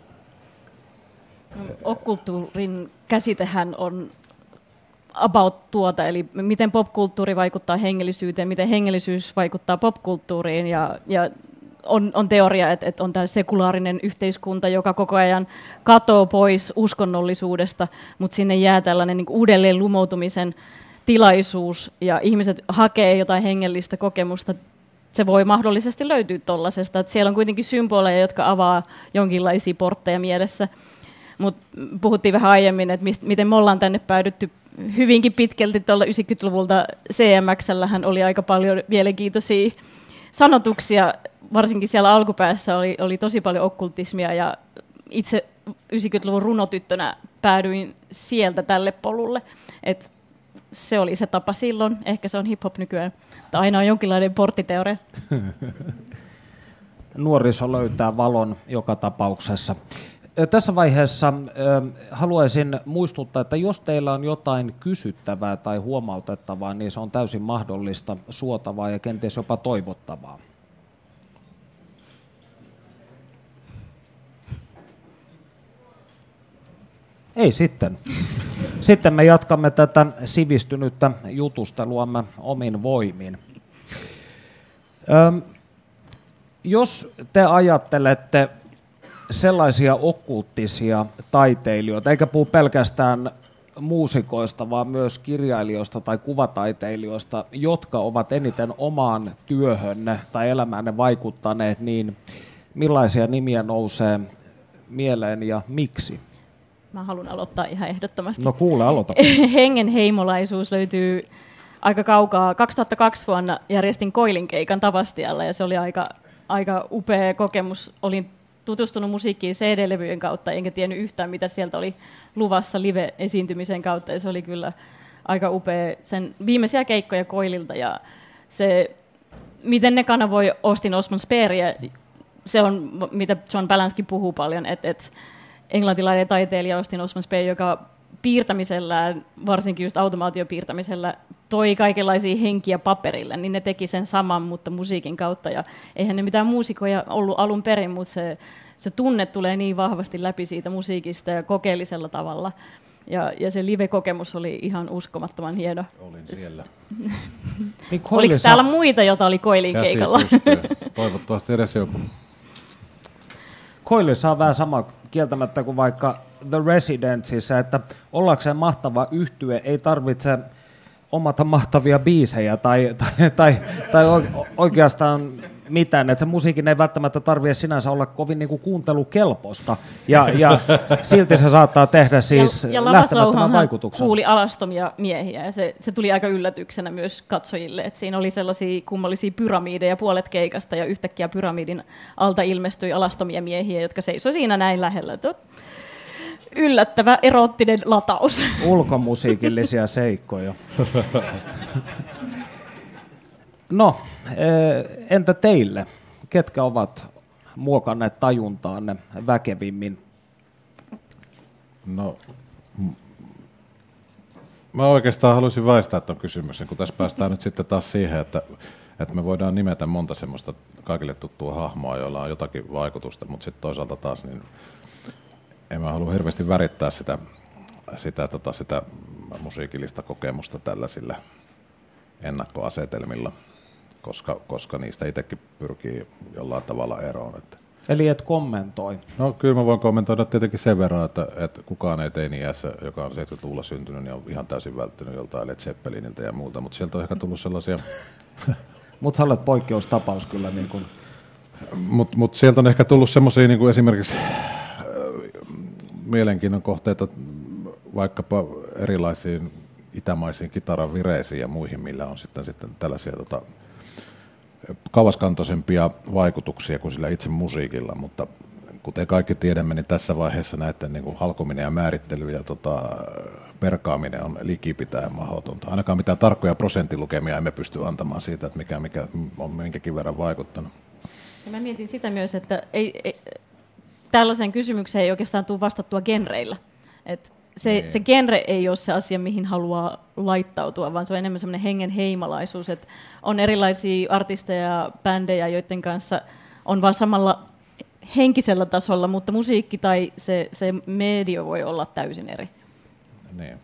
Okkulttuurin käsitehän on about tuota, eli miten popkulttuuri vaikuttaa hengellisyyteen, miten hengellisyys vaikuttaa popkulttuuriin, ja on teoria, että on tämä sekulaarinen yhteiskunta, joka koko ajan katoo pois uskonnollisuudesta, mutta sinne jää tällainen niin kuin uudelleen lumoutumisen tilaisuus, ja ihmiset hakee jotain hengellistä kokemusta. Se voi mahdollisesti löytyä tuollaisesta, että siellä on kuitenkin symboleja, jotka avaa jonkinlaisia portteja mielessä. Mutta puhuttiin vähän aiemmin, että miten me ollaan tänne päädytty hyvinkin pitkälti tuolla 90-luvulta. CMX:llähän oli aika paljon mielenkiintoisia sanotuksia, varsinkin siellä alkupäässä oli tosi paljon okkultismia, ja itse 90-luvun runotyttönä päädyin sieltä tälle polulle. Et se oli se tapa silloin, ehkä se on hip-hop nykyään. Aina on jonkinlainen porttiteoria. Nuoriso löytää valon joka tapauksessa. Tässä vaiheessa haluaisin muistuttaa, että jos teillä on jotain kysyttävää tai huomautettavaa, niin se on täysin mahdollista, suotavaa ja kenties jopa toivottavaa. Ei sitten. Sitten me jatkamme tätä sivistynyttä jutusteluamme omin voimin. Jos te ajattelette sellaisia okkulttisia taiteilijoita, eikä puhu pelkästään muusikoista, vaan myös kirjailijoista tai kuvataiteilijoista, jotka ovat eniten omaan työhönne tai elämäänne vaikuttaneet, niin millaisia nimiä nousee mieleen ja miksi? Mä haluan aloittaa ihan ehdottomasti. No kuule, aloita. Hengenheimolaisuus löytyy aika kaukaa. 2002 vuonna järjestin Koilin keikan Tavastialla, ja se oli aika upea kokemus. Olin tutustunut musiikkiin CD-levyjen kautta, enkä tiennyt yhtään, mitä sieltä oli luvassa live-esiintymisen kautta, ja se oli kyllä aika upea. Sen viimeisiä keikkoja Koililta, ja se, miten ne kanavoi Austin Osman Spearea, se on, mitä John Balansky puhuu paljon, että englantilainen taiteilija Austin Osman Spare, joka piirtämisellään, varsinkin just automaatiopiirtämisellä, toi kaikenlaisia henkiä paperille, niin ne teki sen saman, mutta musiikin kautta. Ja eihän ne mitään muusikoja ollut alun perin, mutta se tunne tulee niin vahvasti läpi siitä musiikista ja kokeellisella tavalla. Ja se live-kokemus oli ihan uskomattoman hieno. Olin siellä. Oliko täällä muita, joita oli Koilin keikalla? Toivottavasti edes joku. Koilissa on vähän sama kieltämättä kuin vaikka The Residentsissä, että ollakseen mahtava yhtye ei tarvitse omata mahtavia biisejä tai oikeastaan mitään, että se musiikin ei välttämättä tarvitse sinänsä olla kovin niin kuin kuuntelukelpoista, ja silti se saattaa tehdä siis lähtemättömän vaikutuksen. Kuuli alastomia miehiä, ja se tuli aika yllätyksenä myös katsojille, että siinä oli sellaisia kummallisia pyramideja puolet keikasta, ja yhtäkkiä pyramidin alta ilmestyi alastomia miehiä, jotka seisoi siinä näin lähellä. Yllättävä eroottinen lataus. Ulkomusiikillisia seikkoja. No, entä teille? Ketkä ovat muokanneet tajuntaanne väkevimmin? No, mä oikeastaan haluaisin väistää tuon kysymyksen, kun tässä päästään nyt sitten taas siihen, että me voidaan nimetä monta semmoista kaikille tuttua hahmoa, joilla on jotakin vaikutusta, mutta sitten toisaalta taas niin en mä halua hirveästi värittää sitä musiikillista kokemusta tällaisilla ennakkoasetelmilla, koska niistä itsekin pyrkii jollain tavalla eroon. Eli et kommentoi? No kyllä mä voin kommentoida tietenkin sen verran, että kukaan ei teini-iässä, joka on 70-luvulla syntynyt, niin on ihan täysin välttynyt joltain Led Zeppeliniltä ja muuta, mutta sieltä on ehkä tullut sellaisia... Mutta sä olet poikkeustapaus kyllä. Niin kun... Mutta sieltä on ehkä tullut semmoisia niin kuin esimerkiksi mielenkiinnon kohteita vaikkapa erilaisiin itämaisiin kitaran vireisiin ja muihin, millä on sitten tällaisia kauaskantoisempia vaikutuksia kuin sillä itse musiikilla, mutta kuten kaikki tiedämme, niin tässä vaiheessa näiden niin kuin halkominen ja määrittely ja perkaaminen on likipitäen mahdotonta. Ainakaan mitään tarkkoja prosenttilukemia emme pysty antamaan siitä, että mikä on minkäkin verran vaikuttanut. Ja mä mietin sitä myös, että tällaiseen kysymykseen ei oikeastaan tule vastattua genreillä. Se genre ei ole se asia, mihin haluaa laittautua, vaan se on enemmän semmoinen hengen heimalaisuus. Että on erilaisia artisteja ja bändejä, joiden kanssa on vaan samalla henkisellä tasolla, mutta musiikki tai se medio voi olla täysin eri. Niin.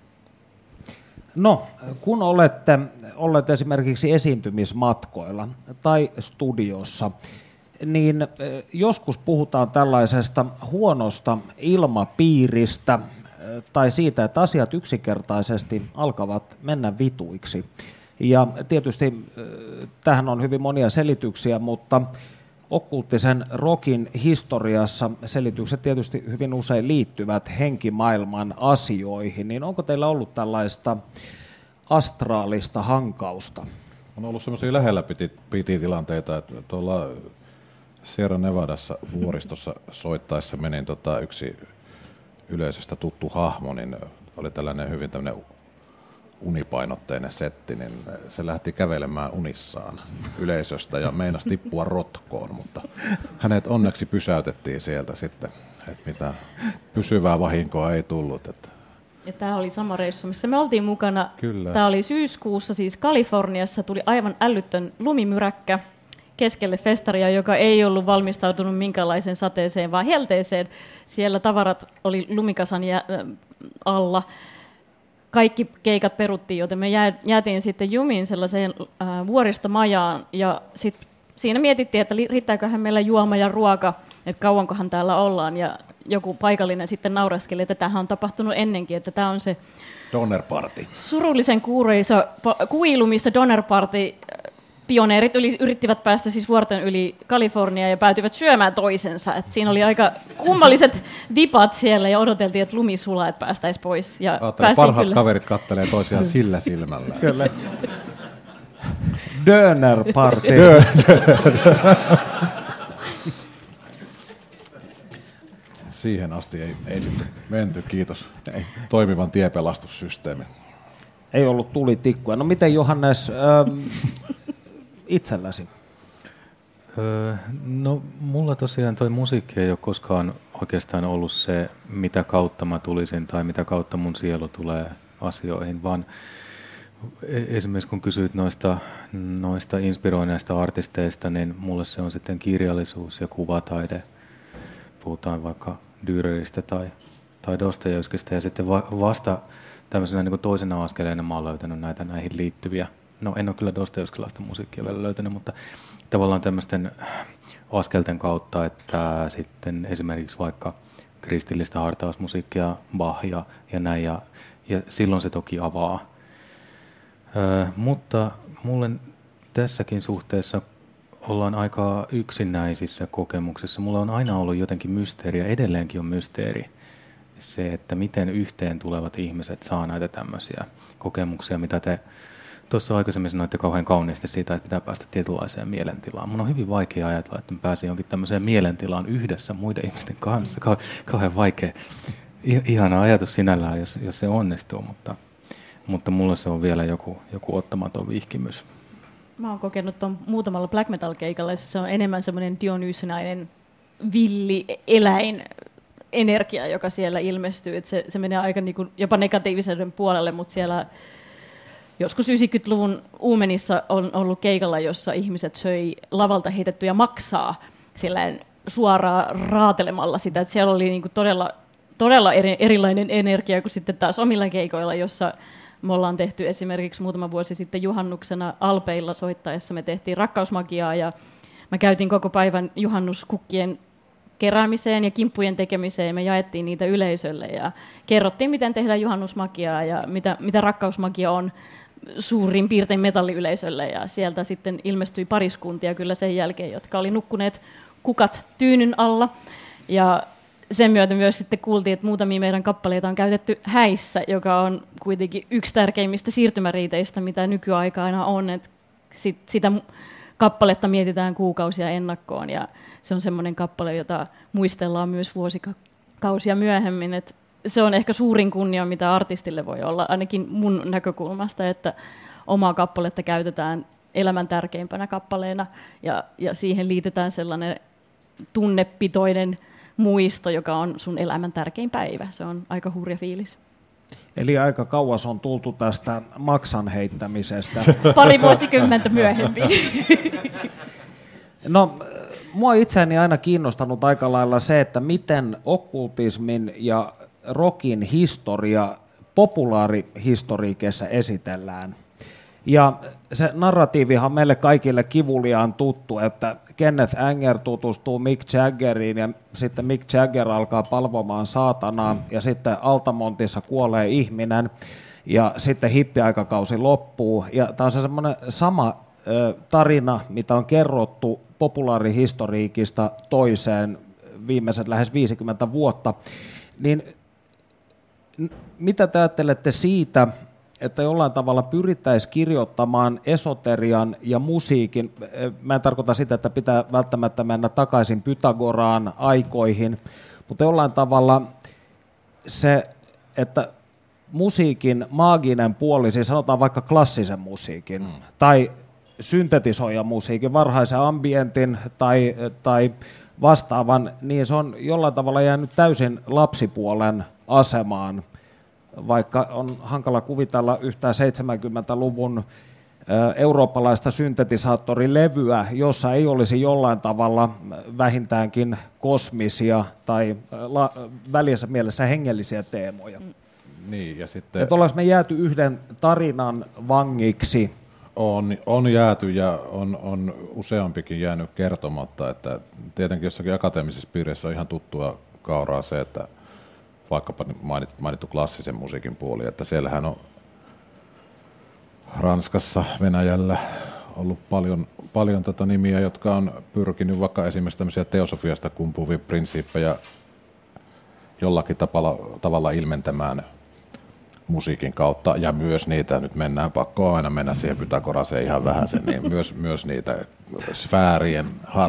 No, kun olette olleet esimerkiksi esiintymismatkoilla tai studiossa, niin joskus puhutaan tällaisesta huonosta ilmapiiristä tai siitä, että asiat yksinkertaisesti alkavat mennä vituiksi. Ja tietysti tähän on hyvin monia selityksiä, mutta okkulttisen rockin historiassa selitykset tietysti hyvin usein liittyvät henkimaailman asioihin. Niin onko teillä ollut tällaista astraalista hankausta? On ollut semmoisia lähellä piti tilanteita, että tuolla Sierra Nevadassa vuoristossa soittaessa menin yksi yleisöstä tuttu hahmo, niin oli tällainen hyvin tämmöinen unipainotteinen setti, niin se lähti kävelemään unissaan yleisöstä ja meinasi tippua rotkoon, mutta hänet onneksi pysäytettiin sieltä sitten, että mitään pysyvää vahinkoa ei tullut. Ja tämä oli sama reissu, missä me oltiin mukana. Kyllä. Tämä oli syyskuussa, siis Kaliforniassa tuli aivan älyttön lumimyräkkä keskelle festaria, joka ei ollut valmistautunut minkälaiseen sateeseen, vaan helteeseen. Siellä tavarat oli lumikasan alla. Kaikki keikat peruttiin, joten me jäätiin sitten jumiin sellaiseen vuoristomajaan. Ja sitten siinä mietittiin, että riittääköhän meillä juoma ja ruoka, että kauankohan täällä ollaan. Ja joku paikallinen sitten nauraskeli, että tämähän on tapahtunut ennenkin, että tämä on se Donner Party. Surullisen kuilu, missä Donner Party pioneerit yrittivät päästä siis vuorten yli Kaliforniaan ja päätyivät syömään toisensa. Et siinä oli aika kummalliset vipat siellä ja odoteltiin, että lumi sulaa, että päästäisiin pois. Ja parhaat kyllä. Kaverit kattelee toisiaan sillä silmällä. Kyllä. Donner Party. Siihen asti ei sitten menty, kiitos. Toimivan tiepelastussysteemin. Ei ollut tulitikkuja. No miten Johannes itselläsi? No mulla tosiaan toi musiikki ei ole koskaan oikeastaan ollut se, mitä kautta mä tulisin tai mitä kautta mun sielu tulee asioihin, vaan esimerkiksi kun kysyit noista inspiroineista artisteista, niin mulle se on sitten kirjallisuus ja kuvataide. Puhutaan vaikka Düreristä tai Dostojevskista ja sitten vasta tämmöisenä niin kuin toisena askeleena mä oon löytänyt näihin liittyviä. No en ole kyllä Dostojevskilaista musiikkia vielä löytänyt, mutta tavallaan tämmöisten askelten kautta, että sitten esimerkiksi vaikka kristillistä hartausmusiikkia, Bach ja näin, ja silloin se toki avaa. Mutta mulle tässäkin suhteessa ollaan aika yksinäisissä kokemuksissa. Mulla on aina ollut jotenkin mysteeri ja edelleenkin on mysteeri se, että miten yhteen tulevat ihmiset saa näitä tämmöisiä kokemuksia, mitä te tuossa aikaisemmin sanoitte kauhean kauniisti siitä, että pitää päästä tietynlaiseen mielentilaan. Mun on hyvin vaikea ajatella, että mä pääsin jonkin tämmöiseen mielentilaan yhdessä muiden ihmisten kanssa. Kauhean vaikea. Ihana ajatus sinällään, jos se onnistuu, mutta mulle se on vielä joku ottamaton vihkimys. Mä oon kokenut tuon muutamalla black metal keikalla, jossa se on enemmän semmoinen dionyysinäinen villi eläin energia, joka siellä ilmestyy. Et se menee aika niinku jopa negatiivisen puolelle, mutta siellä joskus 90-luvun Uumenissa on ollut keikalla, jossa ihmiset söi lavalta heitettyjä maksaa suoraan raatelemalla sitä. Et siellä oli niinku todella erilainen energia kuin sitten taas omilla keikoilla, jossa me ollaan tehty esimerkiksi muutama vuosi sitten juhannuksena Alpeilla soittaessa. Me tehtiin rakkausmagiaa ja mä käytin koko päivän juhannuskukkien keräämiseen ja kimppujen tekemiseen. Me jaettiin niitä yleisölle ja kerrottiin, miten tehdään juhannusmagiaa ja mitä rakkausmagia on suurin piirtein metalliyleisölle. Ja sieltä sitten ilmestyi pariskuntia kyllä sen jälkeen, jotka oli nukkuneet kukat tyynyn alla. Ja sen myötä myös sitten kuultiin, että muutamia meidän kappaleita on käytetty häissä, joka on kuitenkin yksi tärkeimmistä siirtymäriiteistä, mitä nykyaikana on. Että sitä kappaletta mietitään kuukausia ennakkoon ja se on semmoinen kappale, jota muistellaan myös vuosikausia myöhemmin. Että se on ehkä suurin kunnia, mitä artistille voi olla, ainakin mun näkökulmasta, että omaa kappaletta käytetään elämän tärkeimpänä kappaleena ja siihen liitetään sellainen tunnepitoinen muisto, joka on sun elämän tärkein päivä. Se on aika hurja fiilis. Eli aika kauas on tultu tästä maksan heittämisestä. Pari vuosikymmentä myöhemmin. No, mua itseäni aina kiinnostanut aika lailla se, että miten okkultismin ja rockin historia populaarihistoriikissa esitellään. Ja se narratiivihan on meille kaikille kivuliaan tuttu, että Kenneth Anger tutustuu Mick Jaggeriin ja sitten Mick Jagger alkaa palvomaan saatanaa ja sitten Altamontissa kuolee ihminen ja sitten hippiaikakausi loppuu. Ja tämä on se semmoinen sama tarina, mitä on kerrottu populaarihistoriikista toiseen viimeiset lähes 50 vuotta. Niin mitä te ajattelette siitä, että jollain tavalla pyrittäisiin kirjoittamaan esoterian ja musiikin, mä en tarkoita sitä, että pitää välttämättä mennä takaisin Pythagoraan aikoihin, mutta jollain tavalla se, että musiikin maaginen puoli, siis sanotaan vaikka klassisen musiikin tai syntetisoijan musiikin, varhaisen ambientin tai vastaavan, niin se on jollain tavalla jäänyt täysin lapsipuolen asemaan, vaikka on hankala kuvitella yhtään 70-luvun eurooppalaista syntetisaattorilevyä, jossa ei olisi jollain tavalla vähintäänkin kosmisia tai väljässä mielessä hengellisiä teemoja. Niin, ja sitten että ollaanko me jääty yhden tarinan vangiksi? On jääty ja on useampikin jäänyt kertomatta, että tietenkin jossakin akateemisessa piirissä on ihan tuttua kauraa se, että vaikkapa mainittu klassisen musiikin puoli, että siellähän on Ranskassa, Venäjällä ollut paljon nimiä, jotka on pyrkinyt vaikka esimerkiksi tämmöisiä teosofiasta kumpuavia prinsiippejä jollakin tavalla ilmentämään musiikin kautta, ja myös niitä, nyt pakko aina mennä siihen Pythagoraseen ihan vähäsen, niin myös niitä sfäärien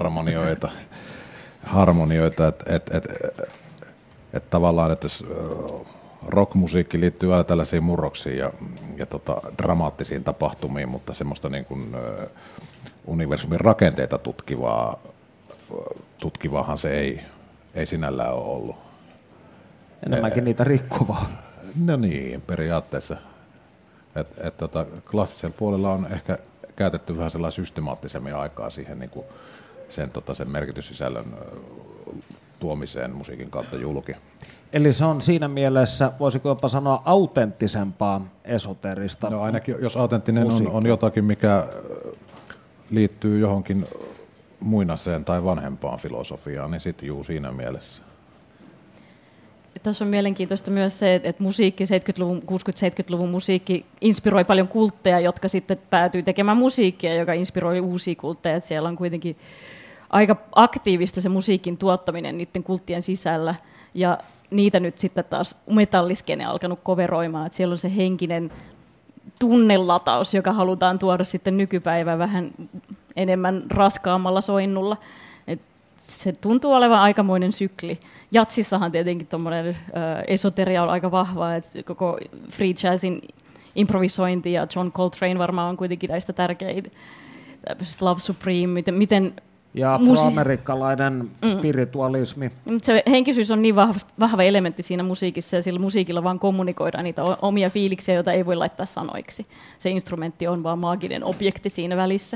harmonioita että tavallaan, että rockmusiikki liittyy aina tällaisiin murroksiin ja dramaattisiin tapahtumiin, mutta semmoista niin kuin universumin rakenteita tutkivaahan se ei sinällään ole ollut. Enemmänkin niitä rikkovaa. No niin, periaatteessa. Klassisella puolella on ehkä käytetty vähän sellainen systemaattisemmin aikaa siihen niin kuin sen merkityssisällön tuomiseen musiikin kautta julki. Eli se on siinä mielessä, voisiko jopa sanoa, autenttisempaa esoterista? No ainakin, jos autenttinen on jotakin, mikä liittyy johonkin muinaiseen tai vanhempaan filosofiaan, niin sitten juu siinä mielessä. Tässä on mielenkiintoista myös se, että musiikki, 60-70-luvun musiikki inspiroi paljon kultteja, jotka sitten päätyy tekemään musiikkia, joka inspiroi uusia kultteja. Että siellä on kuitenkin aika aktiivista se musiikin tuottaminen niiden kulttien sisällä, ja niitä nyt sitten taas metalliskene alkanut coveroimaan. Että siellä on se henkinen tunnelataus, joka halutaan tuoda sitten nykypäivään vähän enemmän raskaammalla soinnulla. Et se tuntuu olevan aikamoinen sykli. Jatsissahan tietenkin tuommoinen esoteria on aika vahvaa, että koko free jazzin improvisointi ja John Coltrane varmaan on kuitenkin näistä tärkein. Love Supreme, miten ja afroamerikkalainen spiritualismi. Se henkisyys on niin vahva elementti siinä musiikissa, ja sillä musiikilla vaan kommunikoidaan niitä omia fiiliksiä, joita ei voi laittaa sanoiksi. Se instrumentti on vaan maaginen objekti siinä välissä.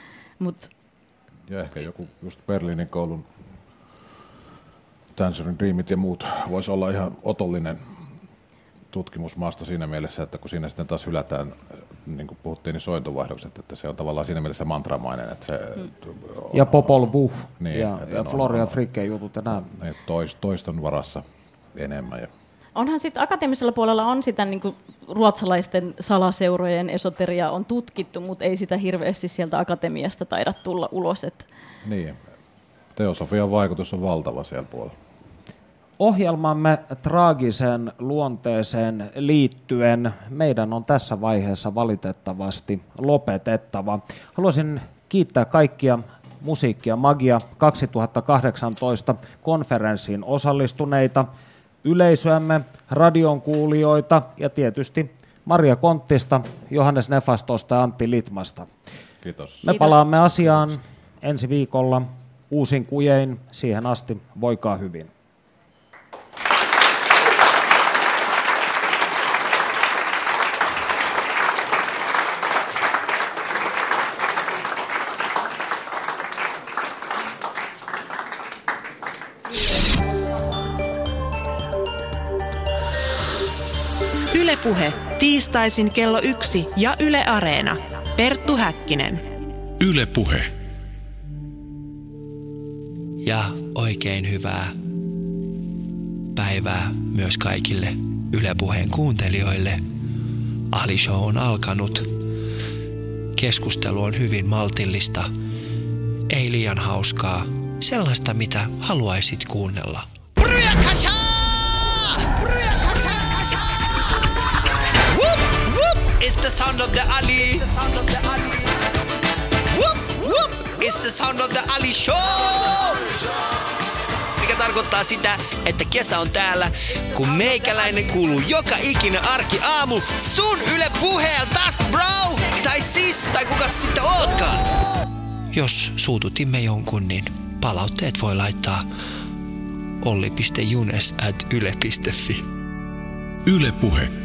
Ja ehkä joku just Berliinin koulun Tangerine Dreamit ja muut voisi olla ihan otollinen tutkimusmaasta siinä mielessä, että kun siinä sitten taas hylätään, niin kuin puhuttiin, niin sointuvaihdokset, että se on tavallaan siinä mielessä mantramainen. Että se, ja Popol Vuh niin, ja Floria Frikke jutut ja nämä. Toiston varassa enemmän. Ja. Onhan sitten akateemisella puolella on sitä niin kuin ruotsalaisten salaseurojen esoteriaa on tutkittu, mutta ei sitä hirveästi sieltä akatemiasta taida tulla ulos. Niin, teosofian vaikutus on valtava siellä puolella. Ohjelmamme traagiseen luonteeseen liittyen meidän on tässä vaiheessa valitettavasti lopetettava. Haluaisin kiittää kaikkia Musiikkia Magia 2018 konferenssiin osallistuneita, yleisöämme, radion kuulijoita ja tietysti Maria Konttista, Johannes Nefastosta ja Antti Litmasta. Kiitos. Me palaamme asiaan ensi viikolla uusin kujein. Siihen asti voikaa hyvin. Yle Puhe, tiistaisin kello 1 ja Yle Areena. Perttu Häkkinen. Yle Puhe. Ja oikein hyvää päivää myös kaikille Yle Puheen kuuntelijoille. Ali Show on alkanut. Keskustelu on hyvin maltillista, ei liian hauskaa. Sellaista, mitä haluaisit kuunnella. It's the sound of the Ali. Whoop, whoop. It's the sound of the Ali Show. Mikä tarkoittaa sitä, että kesä on täällä, kun meikäläinen kuuluu joka ikinen arki-aamu sun Yle Puheeltas, bro! Tai siis, tai kuka sitten ootkaan. Jos suututimme jonkun, niin palautteet voi laittaa olli.junes@yle.fi. Yle Puhe.